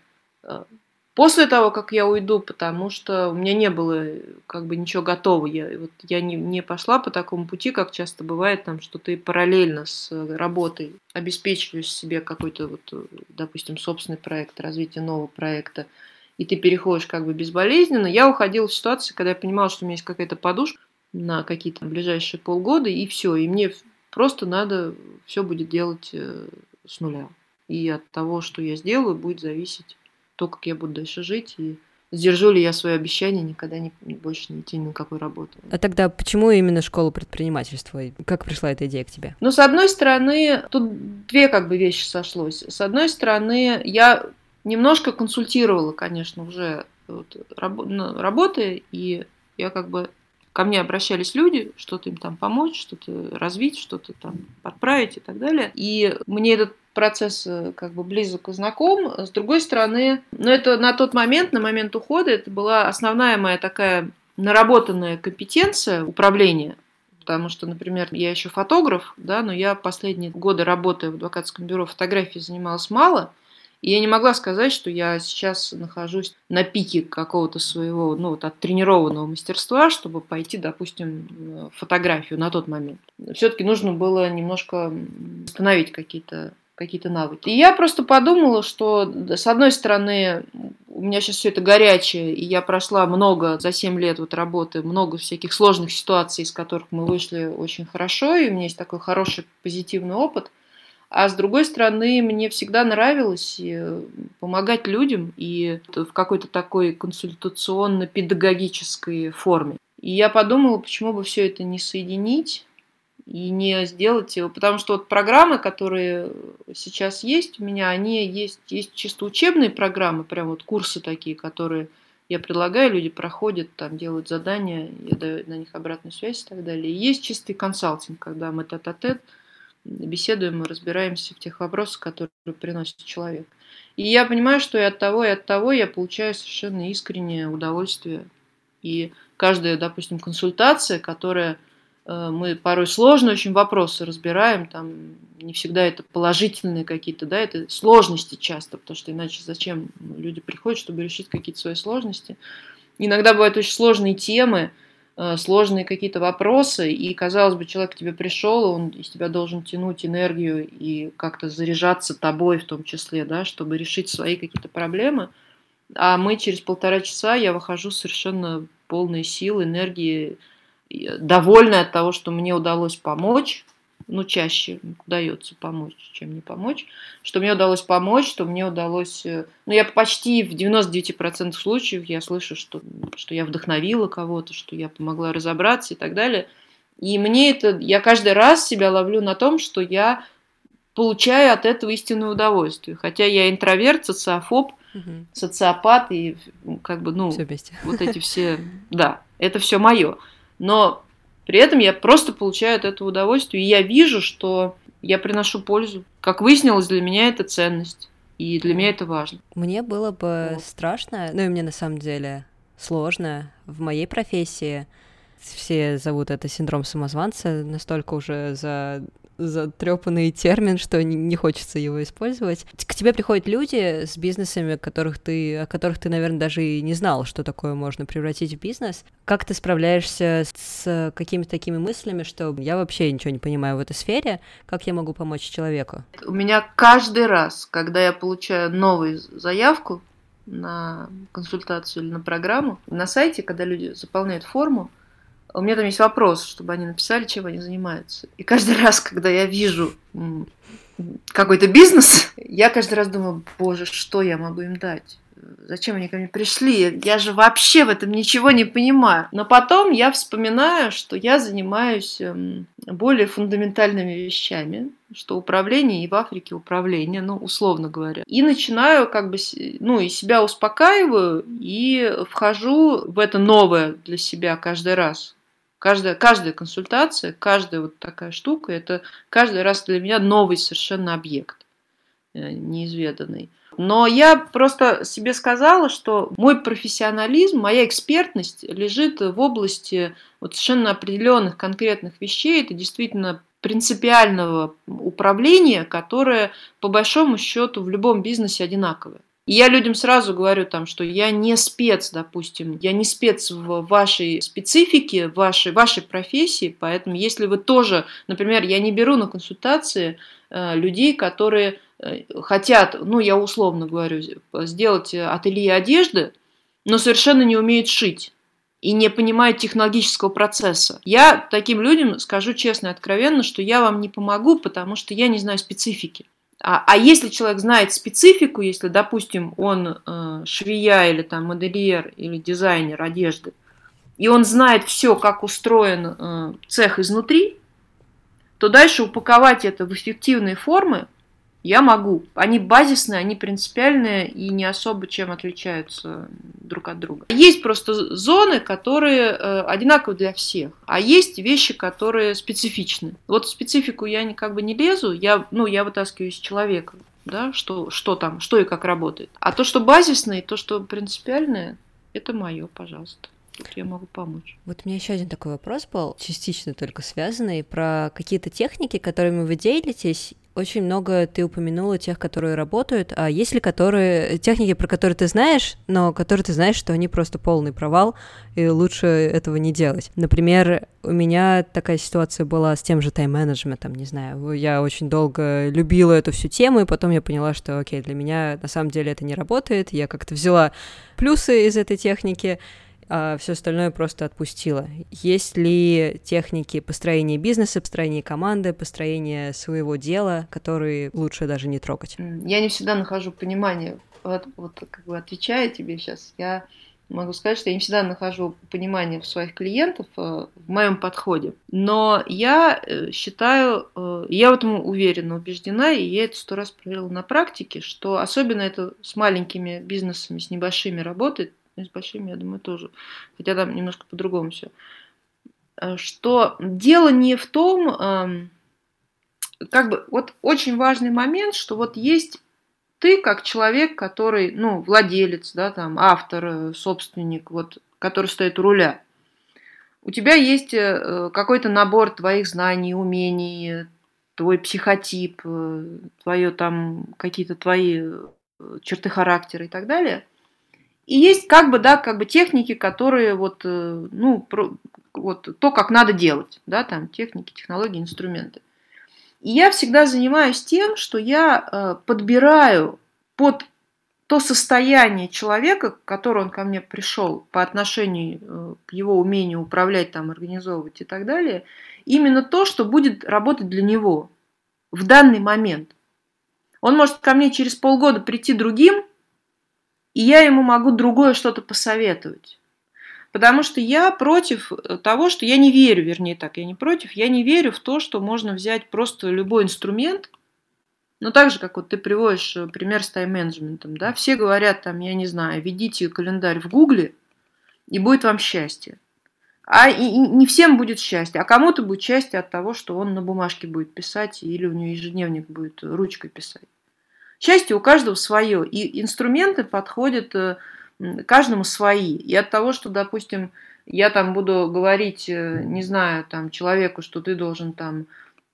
S2: после того, как я уйду, потому что у меня не было как бы ничего готового. Я не пошла по такому пути, как часто бывает, там, что ты параллельно с работой обеспечиваешь себе какой-то, вот, допустим, собственный проект, развитие нового проекта, и ты переходишь как бы безболезненно. Я уходила в ситуацию, когда я понимала, что у меня есть какая-то подушка на какие-то ближайшие полгода, и все. И мне просто надо все будет делать с нуля. И от того, что я сделаю, будет зависеть то, как я буду дальше жить и сдержу ли я свое обещание никогда больше не идти ни на какую работу.
S1: А тогда почему именно школа предпринимательства? Как пришла эта идея к тебе?
S2: Ну, с одной стороны, тут две вещи сошлось. С одной стороны, я немножко консультировала, конечно, уже работая, и я ко мне обращались люди, что-то им там помочь, что-то развить, что-то там подправить и так далее. И мне этот процесс близок и знаком. С другой стороны, это на тот момент, на момент ухода, это была основная моя такая наработанная компетенция управления. Потому что, например, я еще фотограф, да, но я последние годы, работая в адвокатском бюро фотографии, занималась мало. И я не могла сказать, что я сейчас нахожусь на пике какого-то своего, оттренированного мастерства, чтобы пойти, допустим, в фотографию на тот момент. Все-таки нужно было немножко восстановить какие-то навыки. И я просто подумала, что, с одной стороны, у меня сейчас все это горячее, и я прошла за 7 лет работы, много всяких сложных ситуаций, из которых мы вышли очень хорошо, и у меня есть такой хороший позитивный опыт. А с другой стороны, мне всегда нравилось помогать людям и в какой-то такой консультационно-педагогической форме. И я подумала, почему бы все это не соединить и не сделать его. Потому что программы, которые сейчас есть у меня, они есть чисто учебные программы, прям курсы такие, которые я предлагаю, люди проходят, там делают задания, я даю на них обратную связь и так далее. И есть чистый консалтинг, когда мы тет-а-тет беседуем и разбираемся в тех вопросах, которые приносит человек. И я понимаю, что и от того я получаю совершенно искреннее удовольствие. И каждая, допустим, консультация, которая мы порой сложные очень вопросы разбираем, там не всегда это положительные какие-то, да, это сложности часто, потому что иначе зачем люди приходят, чтобы решить какие-то свои сложности. Иногда бывают очень сложные темы, сложные какие-то вопросы, и, казалось бы, человек к тебе пришел, он из тебя должен тянуть энергию и как-то заряжаться тобой в том числе, да, чтобы решить свои какие-то проблемы. А через 1,5 часа я выхожу совершенно полной сил, энергии, довольная от того, что мне удалось помочь. Чаще удается помочь, чем не помочь. Что мне удалось помочь, что мне удалось... я почти в 99% случаев я слышу, что я вдохновила кого-то, что я помогла разобраться и так далее. И я каждый раз себя ловлю на том, что я получаю от этого истинное удовольствие. Хотя я интроверт, социофоб, социопат и
S1: все вместе.
S2: Эти все... Да, это все мое. Но при этом я просто получаю от этого удовольствие, и я вижу, что я приношу пользу. Как выяснилось, для меня это ценность, и для меня это важно.
S1: Мне было бы страшно, и мне на самом деле сложно в моей профессии. Все зовут это синдром самозванца, настолько уже затрепанный термин, что не хочется его использовать. К тебе приходят люди с бизнесами, о которых ты, наверное, даже и не знал, что такое можно превратить в бизнес. Как ты справляешься с какими-то такими мыслями, что я вообще ничего не понимаю в этой сфере, как я могу помочь человеку?
S2: У меня каждый раз, когда я получаю новую заявку на консультацию или на программу, на сайте, когда люди заполняют форму, у меня там есть вопрос, чтобы они написали, чем они занимаются. И каждый раз, когда я вижу какой-то бизнес, я каждый раз думаю, боже, что я могу им дать? Зачем они ко мне пришли? Я же вообще в этом ничего не понимаю. Но потом я вспоминаю, что я занимаюсь более фундаментальными вещами, что управление и в Африке управление, условно говоря. И начинаю и себя успокаиваю, и вхожу в это новое для себя каждый раз. Каждая консультация, каждая такая штука, это каждый раз для меня новый совершенно объект, неизведанный. Но я просто себе сказала, что мой профессионализм, моя экспертность лежит в области совершенно определенных конкретных вещей. Это действительно принципиального управления, которое, по большому счету, в любом бизнесе одинаковое. И я людям сразу говорю, что я не спец, допустим, я не спец в вашей специфике, в вашей профессии, поэтому если вы тоже, например, я не беру на консультации людей, которые хотят, я условно говорю, сделать ателье одежды, но совершенно не умеют шить и не понимают технологического процесса. Я таким людям скажу честно и откровенно, что я вам не помогу, потому что я не знаю специфики. А если человек знает специфику, если, допустим, он швея или там модельер или дизайнер одежды, и он знает все, как устроен цех изнутри, то дальше упаковать это в эффективные формы я могу. Они базисные, они принципиальные и не особо чем отличаются друг от друга. Есть просто зоны, которые одинаковы для всех, а есть вещи, которые специфичны. Вот в специфику я как бы не лезу, я вытаскиваю из человека, да, что там, что и как работает. А то, что базисное, то, что принципиальное, это мое, пожалуйста. Тут я могу помочь.
S1: Вот у меня еще один такой вопрос был, частично только связанный, про какие-то техники, которыми вы делитесь. Очень много ты упомянула тех, которые работают, а есть ли техники, про которые ты знаешь, но которые ты знаешь, что они просто полный провал, и лучше этого не делать? Например, у меня такая ситуация была с тем же тайм-менеджментом, не знаю, я очень долго любила эту всю тему, и потом я поняла, что, окей, для меня на самом деле это не работает, я как-то взяла плюсы из этой техники, а все остальное просто отпустила. Есть ли техники построения бизнеса, построения команды, построения своего дела, которые лучше даже не трогать?
S2: Я не всегда нахожу понимание. Вот как бы отвечая тебе сейчас, я могу сказать, что я не всегда нахожу понимание в своих клиентов, в моем подходе. Но я считаю, я в этом уверена, убеждена, и я это 100 раз проверила на практике, что особенно это с маленькими бизнесами, с небольшими работает, и с большими, я думаю, тоже. Хотя там немножко по-другому все. Что дело не в том, как бы, вот очень важный момент, что вот есть ты как человек, который, владелец, да, там, автор, собственник, вот, который стоит у руля. У тебя есть какой-то набор твоих знаний, умений, твой психотип, какие-то твои черты характера и так далее. И есть как бы техники, которые то, как надо делать, да, там техники, технологии, инструменты. И я всегда занимаюсь тем, что я подбираю под то состояние человека, к которому он ко мне пришел, по отношению к его умению управлять, там, организовывать и так далее, именно то, что будет работать для него в данный момент. Он может ко мне через полгода прийти другим, и я ему могу другое что-то посоветовать. Потому что я против того, что я не верю, я не верю в то, что можно взять просто любой инструмент, так же, как вот ты приводишь пример с тайм-менеджментом, да, все говорят, там, я не знаю, ведите календарь в Гугле, и будет вам счастье. И не всем будет счастье, а кому-то будет счастье от того, что он на бумажке будет писать, или у него ежедневник будет ручкой писать. Счастье у каждого свое, и инструменты подходят каждому свои. И от того, что, допустим, я там буду говорить, не знаю, там, человеку, что ты должен там,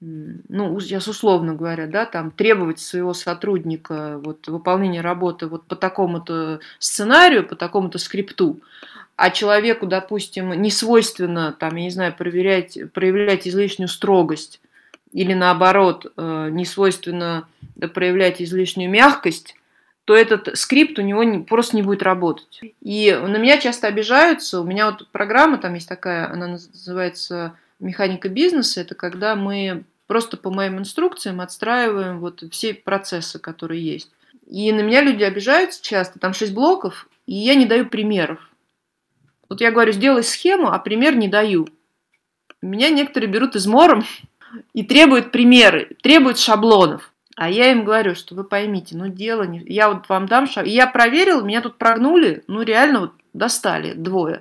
S2: сейчас условно говоря, да, там, требовать своего сотрудника выполнения работы по такому-то сценарию, по такому-то скрипту, а человеку, допустим, не свойственно, там, я не знаю, проявлять излишнюю строгость, или наоборот, не свойственно проявлять излишнюю мягкость, то этот скрипт у него просто не будет работать. И на меня часто обижаются. У меня программа, там есть такая, она называется «Механика бизнеса». Это когда мы просто по моим инструкциям отстраиваем все процессы, которые есть. И на меня люди обижаются часто. Там 6 блоков, и я не даю примеров. Вот я говорю, сделай схему, а пример не даю. Меня некоторые берут измором и требуют примеры, требуют шаблонов. А я им говорю, что вы поймите, дело не... Я вам дам шаблон. И я проверила, меня тут прогнули, реально достали 2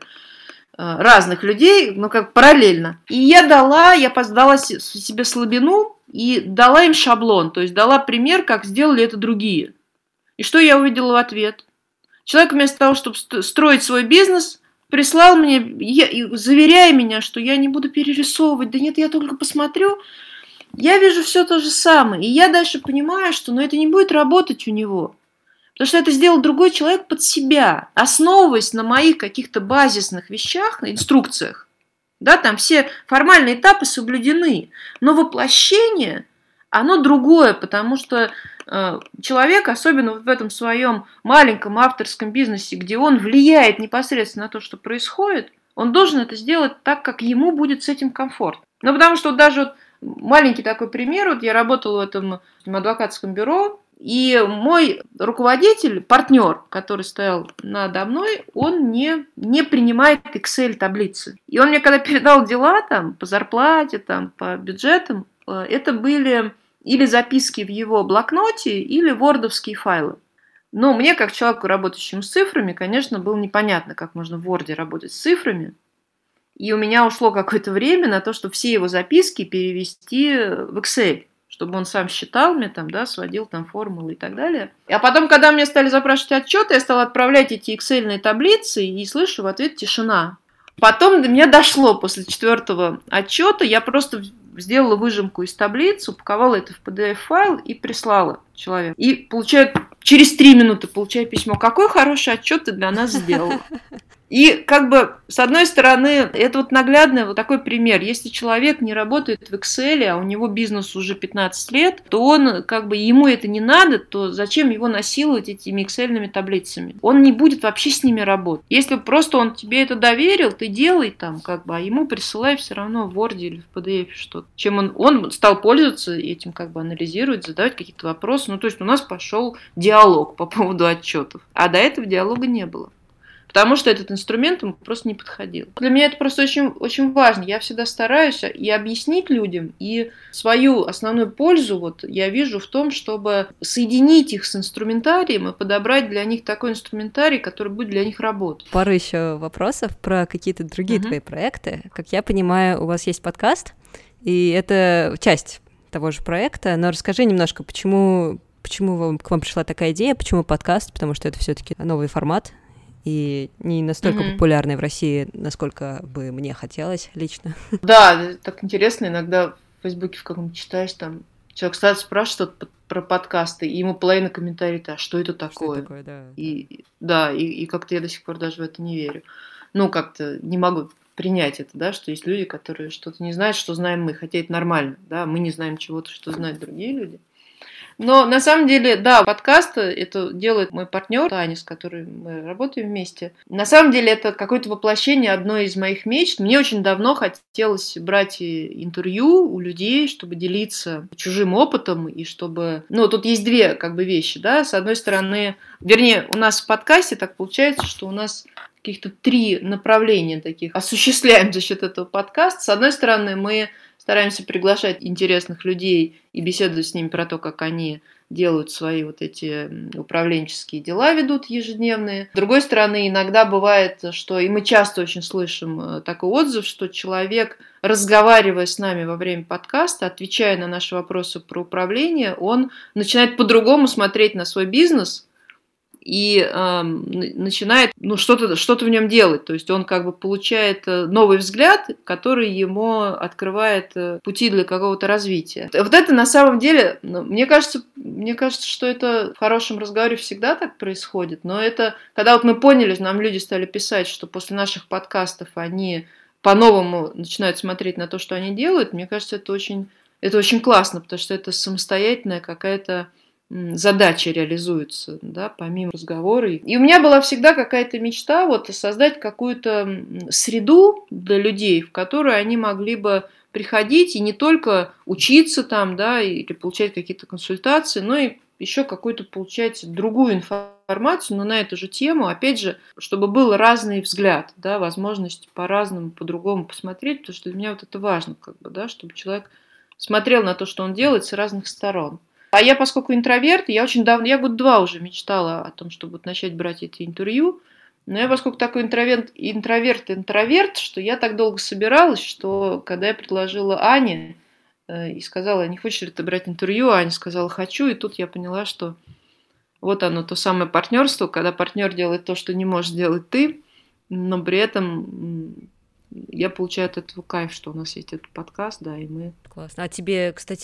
S2: разных людей, как параллельно. И я дала себе слабину и дала им шаблон, то есть дала пример, как сделали это другие. И что я увидела в ответ? Человек вместо того, чтобы строить свой бизнес, прислал мне, заверяя меня, что я не буду перерисовывать. Да нет, я только посмотрю. Я вижу все то же самое. И я дальше понимаю, что это не будет работать у него. Потому что это сделал другой человек под себя, основываясь на моих каких-то базисных вещах, на инструкциях. Да, там все формальные этапы соблюдены. Но воплощение, оно другое, потому что человек, особенно в этом своем маленьком авторском бизнесе, где он влияет непосредственно на то, что происходит, он должен это сделать так, как ему будет с этим комфортно. Потому что даже маленький такой пример. Вот я работала в этом адвокатском бюро, и мой руководитель, партнер, который стоял надо мной, он не принимает Excel-таблицы. И он мне, когда передал дела там, по зарплате, там, по бюджетам, это были или записки в его блокноте, или вордовские файлы. Но мне, как человеку, работающему с цифрами, конечно, было непонятно, как можно в Word работать с цифрами. И у меня ушло какое-то время на то, чтобы все его записки перевести в Excel, чтобы он сам считал мне, там, да, сводил там формулы и так далее. А потом, когда мне стали запрашивать отчеты, я стала отправлять эти Excel-ные таблицы и слышу в ответ тишина. Потом до меня дошло после 4-го отчета, я просто сделала выжимку из таблицы, упаковала это в PDF-файл и прислала человеку. И получаю, через 3 минуты получаю письмо: какой хороший отчет ты для нас сделала. И как бы, с одной стороны, это вот наглядный вот такой пример. Если человек не работает в Excel, а у него бизнес уже 15 лет, то он, как бы, ему это не надо, то зачем его насиловать этими Excel-ными таблицами? Он не будет вообще с ними работать. Если просто он тебе это доверил, ты делай там, как бы, а ему присылай все равно в Word или в PDF что-то. Чем он стал пользоваться этим, как бы анализировать, задавать какие-то вопросы. Ну, то есть у нас пошел диалог по поводу отчетов. А до этого диалога не было. Потому что этот инструмент ему просто не подходил. Для меня это просто очень, очень важно. Я всегда стараюсь и объяснить людям, и свою основную пользу вот я вижу в том, чтобы соединить их с инструментарием и подобрать для них такой инструментарий, который будет для них работать.
S1: Пару еще вопросов про какие-то другие твои проекты. Как я понимаю, у вас есть подкаст, и это часть того же проекта, но расскажи немножко, почему к вам пришла такая идея, почему подкаст, потому что это все-таки новый формат, и не настолько популярный в России, насколько бы мне хотелось лично. Да,
S2: так интересно, иногда в Фейсбуке в каком-то читаешь, там человек сразу спрашивает про подкасты, и ему половина комментариев: а что это такое?
S1: Что такое, да.
S2: И как-то я до сих пор даже в это не верю. Ну, как-то не могу принять это, да, что есть люди, которые что-то не знают, что знаем мы, хотя это нормально, да, мы не знаем чего-то, что знают другие люди. Но на самом деле, да, подкаст это делает мой партнер Таня, с которой мы работаем вместе. На самом деле это какое-то воплощение одной из моих мечт. Мне очень давно хотелось брать интервью у людей, чтобы делиться чужим опытом и чтобы... Ну, тут есть две как бы вещи, да. С одной стороны, вернее, у нас в подкасте так получается, что у нас каких-то 3 направления таких осуществляем за счет этого подкаста. С одной стороны, мы стараемся приглашать интересных людей и беседовать с ними про то, как они делают свои вот эти управленческие дела, ведут ежедневные. С другой стороны, иногда бывает, что, и мы часто очень слышим такой отзыв, что человек, разговаривая с нами во время подкаста, отвечая на наши вопросы про управление, он начинает по-другому смотреть на свой бизнес и начинает что-то в нем делать. То есть он как бы получает новый взгляд, который ему открывает пути для какого-то развития. Вот это на самом деле, мне кажется, что это в хорошем разговоре всегда так происходит, но это, когда вот мы поняли, нам люди стали писать, что после наших подкастов они по-новому начинают смотреть на то, что они делают, мне кажется, это очень классно, потому что это самостоятельная какая-то задача реализуется, да, помимо разговора. И у меня была всегда какая-то мечта вот создать какую-то среду для людей, в которую они могли бы приходить и не только учиться там, да, или получать какие-то консультации, но и еще какую-то получать другую информацию, но на эту же тему, опять же, чтобы был разный взгляд, да, возможность по-разному, по-другому посмотреть, потому что для меня вот это важно, как бы, да, чтобы человек смотрел на то, что он делает, с разных сторон. А я, поскольку интроверт, я очень давно, я 2 года уже мечтала о том, чтобы начать брать эти интервью, но я, поскольку такой интроверт, что я так долго собиралась, что когда я предложила Ане и сказала: не хочешь ли ты брать интервью, Аня сказала: хочу, и тут я поняла, что вот оно, то самое партнерство, когда партнер делает то, что не можешь сделать ты, но при этом я получаю от этого кайф, что у нас есть этот подкаст, да, и мы...
S1: Классно. А тебе, кстати,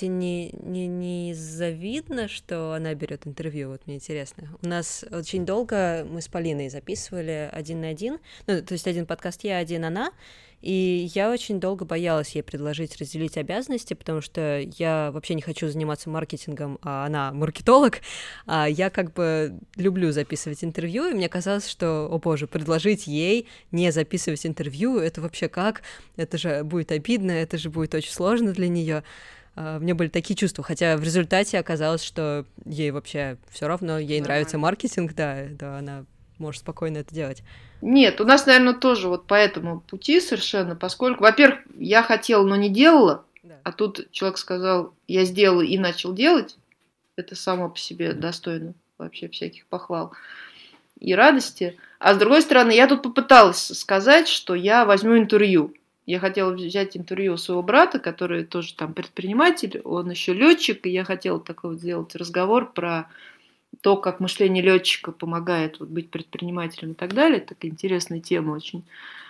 S1: не завидно, что она берет интервью? Вот мне интересно. У нас очень долго мы с Полиной записывали 1 на 1, ну, то есть 1 подкаст я, 1 она, И я очень долго боялась ей предложить разделить обязанности, потому что я вообще не хочу заниматься маркетингом, а она маркетолог, а я как бы люблю записывать интервью, и мне казалось, что, о боже, предложить ей не записывать интервью, это вообще как? Это же будет обидно, это же будет очень сложно для нее. У меня были такие чувства, хотя в результате оказалось, что ей вообще все равно, ей нравится маркетинг, да, она может спокойно это делать.
S2: Нет, у нас, наверное, тоже вот по этому пути совершенно, поскольку, во-первых, я хотела, но не делала, а тут человек сказал, я сделаю и начал делать, это само по себе достойно вообще всяких похвал и радости. А с другой стороны, я тут попыталась сказать, что я возьму интервью. Я хотела взять интервью у своего брата, который тоже там предприниматель, он еще летчик, и я хотела такой вот сделать разговор про то, как мышление летчика помогает вот быть предпринимателем и так далее. Такая интересная тема очень.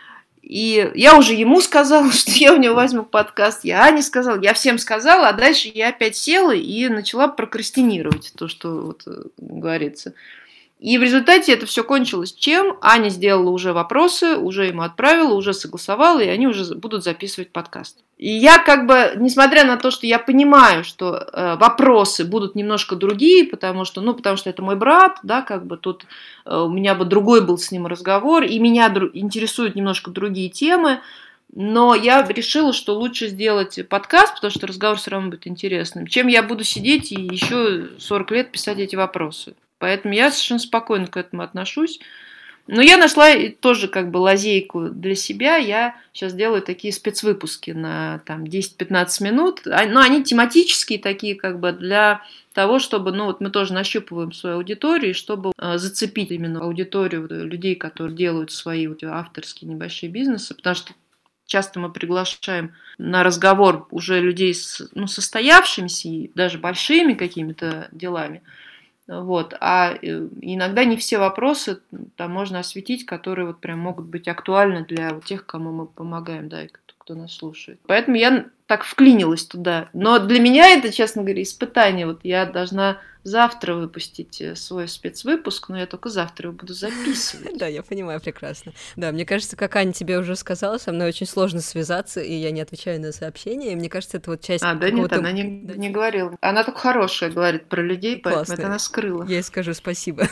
S2: И я уже ему сказала, что я у него возьму подкаст, я Ане сказала, я всем сказала, а дальше я опять села и начала прокрастинировать то, что вот говорится. И в результате это все кончилось чем? Аня сделала уже вопросы, уже ему отправила, уже согласовала, и они уже будут записывать подкаст. И я как бы, несмотря на то, что я понимаю, что вопросы будут немножко другие, потому что это мой брат, да, как бы тут у меня бы другой был с ним разговор, и меня интересуют немножко другие темы, но я решила, что лучше сделать подкаст, потому что разговор все равно будет интересным, чем я буду сидеть и еще 40 лет писать эти вопросы. Поэтому я совершенно спокойно к этому отношусь. Но я нашла тоже как бы лазейку для себя. Я сейчас делаю такие спецвыпуски на там, 10-15 минут. Но они тематические такие как бы для того, чтобы, мы тоже нащупываем свою аудиторию, чтобы зацепить именно аудиторию людей, которые делают свои авторские небольшие бизнесы. Потому что часто мы приглашаем на разговор уже людей состоявшимися и даже большими какими-то делами. Вот. А иногда не все вопросы там можно осветить, которые вот прям могут быть актуальны для вот тех, кому мы помогаем, да, и кто нас слушает. Поэтому я так вклинилась туда. Но для меня это, честно говоря, испытание. Вот я должна завтра выпустить свой спецвыпуск, но я только завтра его буду записывать.
S1: Да, я понимаю прекрасно. Да, мне кажется, как Аня тебе уже сказала, со мной очень сложно связаться, и я не отвечаю на сообщения, и мне кажется, это вот часть
S2: да нет, она не говорила. Она только хорошее говорит про людей, поэтому это она скрыла.
S1: Я ей скажу спасибо.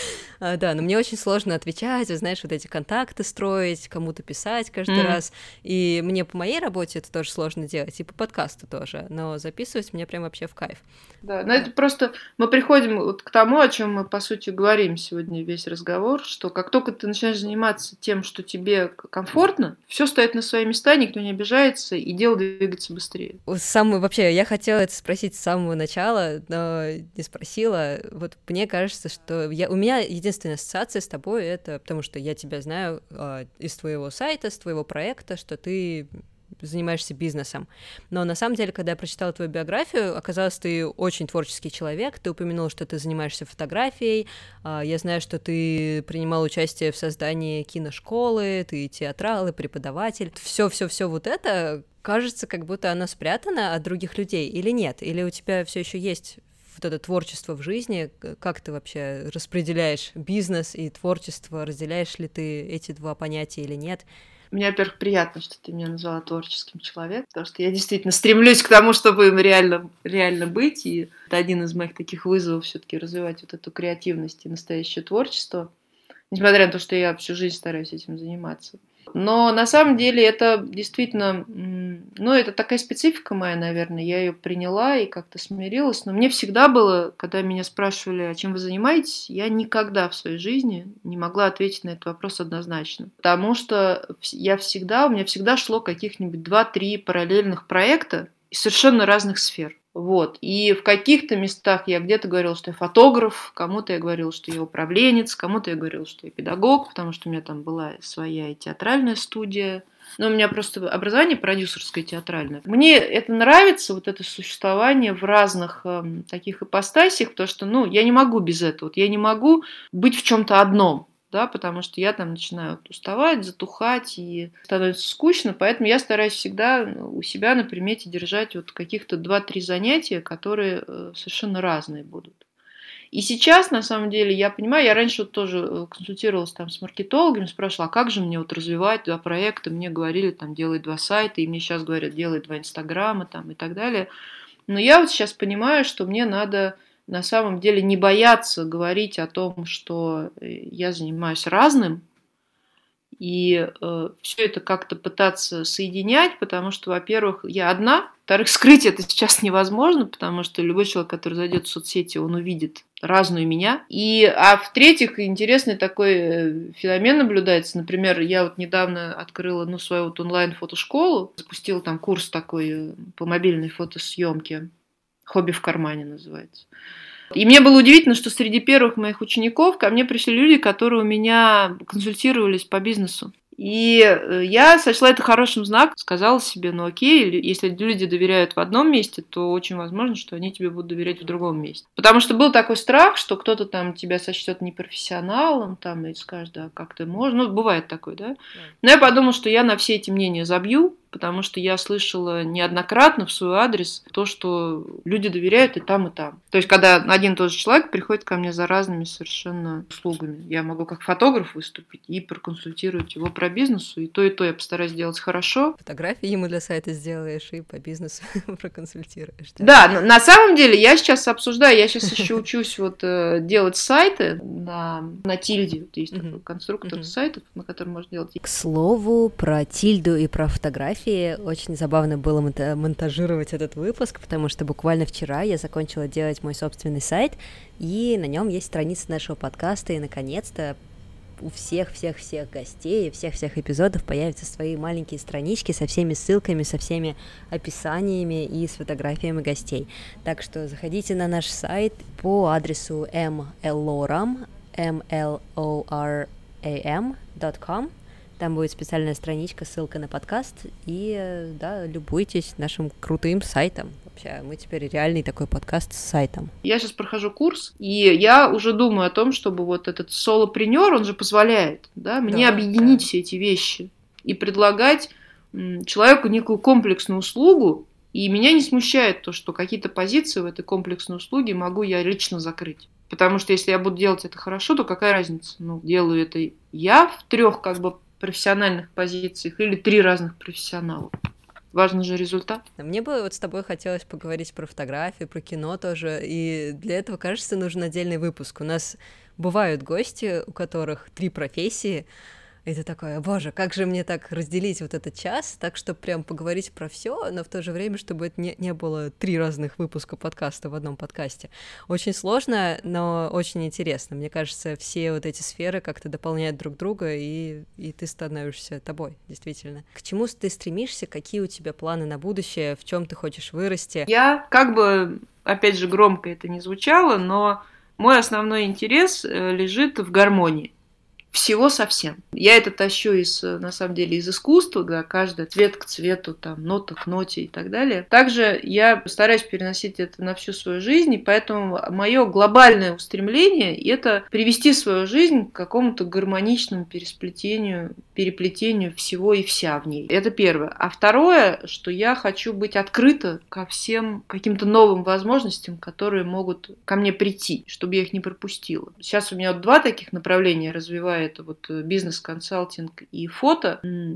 S1: Да, но мне очень сложно отвечать, знаешь, вот эти контакты строить, кому-то писать каждый раз, и мне по моей работе это тоже сложно делать, и по подкасту тоже, но записывать мне прям вообще в кайф.
S2: Да, но это просто мы приходим вот к тому, о чем мы, по сути, говорим сегодня весь разговор, что как только ты начинаешь заниматься тем, что тебе комфортно, все стоит на свои места, никто не обижается, и дело двигается быстрее.
S1: Вообще, я хотела это спросить с самого начала, но не спросила. Вот мне кажется, что у меня единственная ассоциация с тобой, это потому что я тебя знаю из твоего сайта, с твоего проекта, что ты занимаешься бизнесом. Но на самом деле, когда я прочитала твою биографию, оказалось, ты очень творческий человек. Ты упомянула, что ты занимаешься фотографией. Я знаю, что ты принимал участие в создании киношколы, ты театрал и преподаватель. Все вот это, кажется, как будто оно спрятано от других людей. Или нет? Или у тебя все еще есть вот это творчество в жизни? Как ты вообще распределяешь бизнес и творчество? Разделяешь ли ты эти два понятия или нет?
S2: Мне, во-первых, приятно, что ты меня назвала творческим человеком, потому что я действительно стремлюсь к тому, чтобы им реально быть, и это один из моих таких вызовов все-таки развивать вот эту креативность и настоящее творчество, несмотря на то, что я всю жизнь стараюсь этим заниматься. Но на самом деле это действительно, это такая специфика моя, наверное, я ее приняла и как-то смирилась, но мне всегда было, когда меня спрашивали, а чем вы занимаетесь, я никогда в своей жизни не могла ответить на этот вопрос однозначно, потому что у меня всегда шло каких-нибудь 2-3 параллельных проекта из совершенно разных сфер. Вот. И в каких-то местах я где-то говорила, что я фотограф, кому-то я говорила, что я управленец, кому-то я говорила, что я педагог, потому что у меня там была своя и театральная студия. Но у меня просто образование продюсерское театральное. Мне это нравится, вот это существование в разных таких ипостасях, потому что, я не могу без этого. Вот я не могу быть в чем-то одном. Да, потому что я там начинаю уставать, затухать, и становится скучно, поэтому я стараюсь всегда у себя на примете держать вот каких-то 2-3 занятия, которые совершенно разные будут. И сейчас, на самом деле, я понимаю, я раньше вот тоже консультировалась там с маркетологами, спрашивала, а как же мне вот развивать 2 проекта? Мне говорили, там, делай 2 сайта, и мне сейчас говорят, делай 2 инстаграма, там, и так далее. Но я вот сейчас понимаю, что мне надо на самом деле не бояться говорить о том, что я занимаюсь разным, и все это как-то пытаться соединять, потому что, во-первых, я одна, во-вторых, скрыть это сейчас невозможно, потому что любой человек, который зайдет в соцсети, он увидит разную меня. А в-третьих, интересный такой феномен наблюдается. Например, я вот недавно открыла свою вот онлайн-фотошколу, запустила там курс такой по мобильной фотосъемке. «Хобби в кармане» называется. И мне было удивительно, что среди первых моих учеников ко мне пришли люди, которые у меня консультировались по бизнесу. И я сочла это хорошим знаком, сказала себе, ну окей, если люди доверяют в одном месте, то очень возможно, что они тебе будут доверять в другом месте. Потому что был такой страх, что кто-то там тебя сочтет непрофессионалом, там, и скажет, да, как ты можешь. Ну, бывает такое, да? Но я подумала, что я на все эти мнения забью, потому что я слышала неоднократно в свой адрес то, что люди доверяют и там, и там. То есть, когда один и тот же человек приходит ко мне за разными совершенно услугами. Я могу как фотограф выступить и проконсультировать его по бизнесу, и то я постараюсь сделать хорошо.
S1: Фотографии ему для сайта сделаешь и по бизнесу проконсультируешь.
S2: Да, на самом деле я сейчас обсуждаю, я сейчас еще учусь вот делать сайты на Тильде. Вот есть такой конструктор сайтов, на котором можно делать.
S1: К слову, про Тильду и про фотографии очень забавно было монтажировать этот выпуск, потому что буквально вчера я закончила делать мой собственный сайт, и на нем есть страница нашего подкаста, и наконец-то у всех гостей, всех эпизодов появятся свои маленькие странички со всеми ссылками, со всеми описаниями и с фотографиями гостей. Так что заходите на наш сайт по адресу mloram.com. Там будет специальная страничка, ссылка на подкаст, и, да, любуйтесь нашим крутым сайтом. Вообще, мы теперь реальный такой подкаст с сайтом.
S2: Я сейчас прохожу курс, и я уже думаю о том, чтобы вот этот солопренер, он же позволяет, да, мне объединить все эти вещи и предлагать человеку некую комплексную услугу, и меня не смущает то, что какие-то позиции в этой комплексной услуге могу я лично закрыть. Потому что если я буду делать это хорошо, то какая разница? Ну, делаю это я в 3 профессиональных позициях или 3 разных профессионала. Важен же результат.
S1: Мне бы вот с тобой хотелось поговорить про фотографии, про кино тоже, и для этого, кажется, нужен отдельный выпуск. У нас бывают гости, у которых 3 профессии, и ты такой, боже, как же мне так разделить вот этот час, так, чтобы прям поговорить про все, но в то же время, чтобы это не было 3 разных выпуска подкаста в одном подкасте. Очень сложно, но очень интересно. Мне кажется, все вот эти сферы как-то дополняют друг друга, и ты становишься тобой, действительно. К чему ты стремишься, какие у тебя планы на будущее, в чем ты хочешь вырасти?
S2: Я, как бы, опять же, громко это не звучало, но мой основной интерес лежит в гармонии. Всего совсем. Я это тащу на самом деле, из искусства, да, каждый цвет к цвету, там, нота к ноте и так далее. Также я стараюсь переносить это на всю свою жизнь, и поэтому мое глобальное устремление – это привести свою жизнь к какому-то гармоничному переплетению всего и вся в ней. Это первое. А второе, что я хочу быть открыта ко всем каким-то новым возможностям, которые могут ко мне прийти, чтобы я их не пропустила. Сейчас у меня вот 2 таких направления развиваю. Это вот бизнес-консалтинг и фото,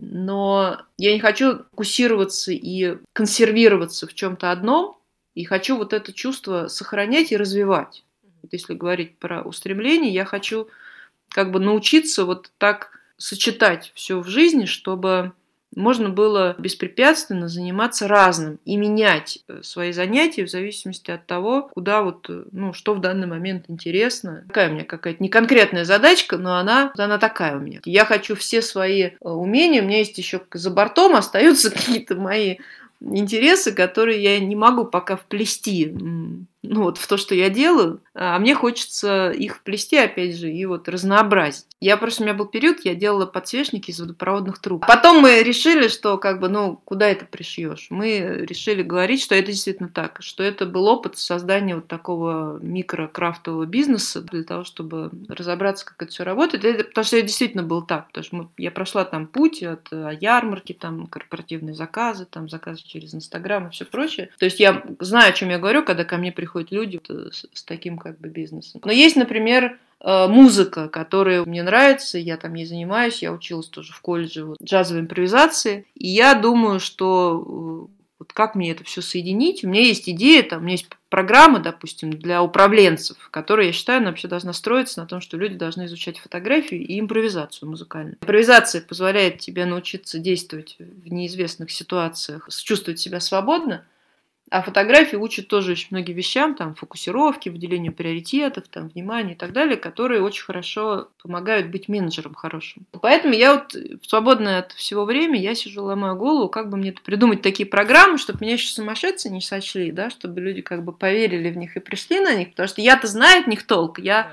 S2: но я не хочу фокусироваться и консервироваться в чем-то одном, и хочу вот это чувство сохранять и развивать. Вот если говорить про устремление, я хочу как бы научиться вот так сочетать все в жизни, чтобы можно было беспрепятственно заниматься разным и менять свои занятия в зависимости от того, куда вот, ну, что в данный момент интересно. Такая у меня какая-то не конкретная задачка, но она такая у меня. Я хочу все свои умения, у меня есть еще за бортом остаются какие-то мои интересы, которые я не могу пока вплести, ну, вот в то, что я делаю, а мне хочется их вплести, опять же, и вот разнообразить. У меня был период, я делала подсвечники из водопроводных труб. Потом мы решили, что как бы, ну, куда это пришьешь? Мы решили говорить, что это действительно так, что это был опыт создания вот такого микрокрафтового бизнеса для того, чтобы разобраться, как это все работает. Потому что это действительно было так, потому что я прошла там путь от ярмарки, там корпоративные заказы, там заказы через Инстаграм и все прочее. То есть я знаю, о чем я говорю, когда ко мне приходят приходят люди с таким как бы бизнесом. Но есть, например, музыка, которая мне нравится, я там ей занимаюсь, я училась тоже в колледже джазовой импровизации, и я думаю, что вот как мне это все соединить. У меня есть идея, там, у меня есть программа, допустим, для управленцев, которая, я считаю, она вообще должна строиться на том, что люди должны изучать фотографию и импровизацию музыкальную. Импровизация позволяет тебе научиться действовать в неизвестных ситуациях, чувствовать себя свободно, а фотографии учат тоже очень многим вещам, там, фокусировке, выделению приоритетов, там, внимания и так далее, которые очень хорошо помогают быть менеджером хорошим. Поэтому я вот в свободное от всего время я сижу, ломаю голову, как бы мне это придумать такие программы, чтобы меня еще сумасшедшие не сочли, да, чтобы люди как бы поверили в них и пришли на них, потому что я-то знаю от них толк, я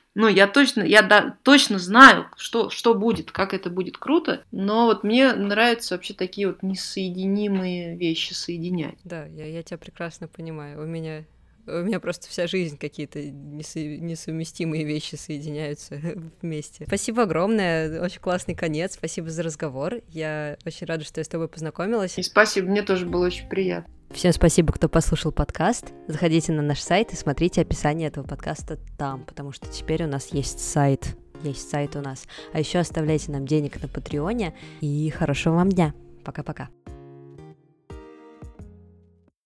S2: точно знаю, что будет, как это будет круто, но вот мне нравятся вообще такие вот несоединимые вещи соединять.
S1: Да, я тебя прекрасно понимаю. У меня просто вся жизнь какие-то несовместимые вещи соединяются вместе. Спасибо огромное, очень классный конец, спасибо за разговор. Я очень рада, что я с тобой познакомилась.
S2: И спасибо, мне тоже было очень приятно.
S1: Всем спасибо, кто послушал подкаст. Заходите на наш сайт и смотрите описание этого подкаста там, потому что теперь у нас есть сайт. Есть сайт у нас. А еще оставляйте нам денег на Патреоне. И хорошего вам дня. Пока-пока.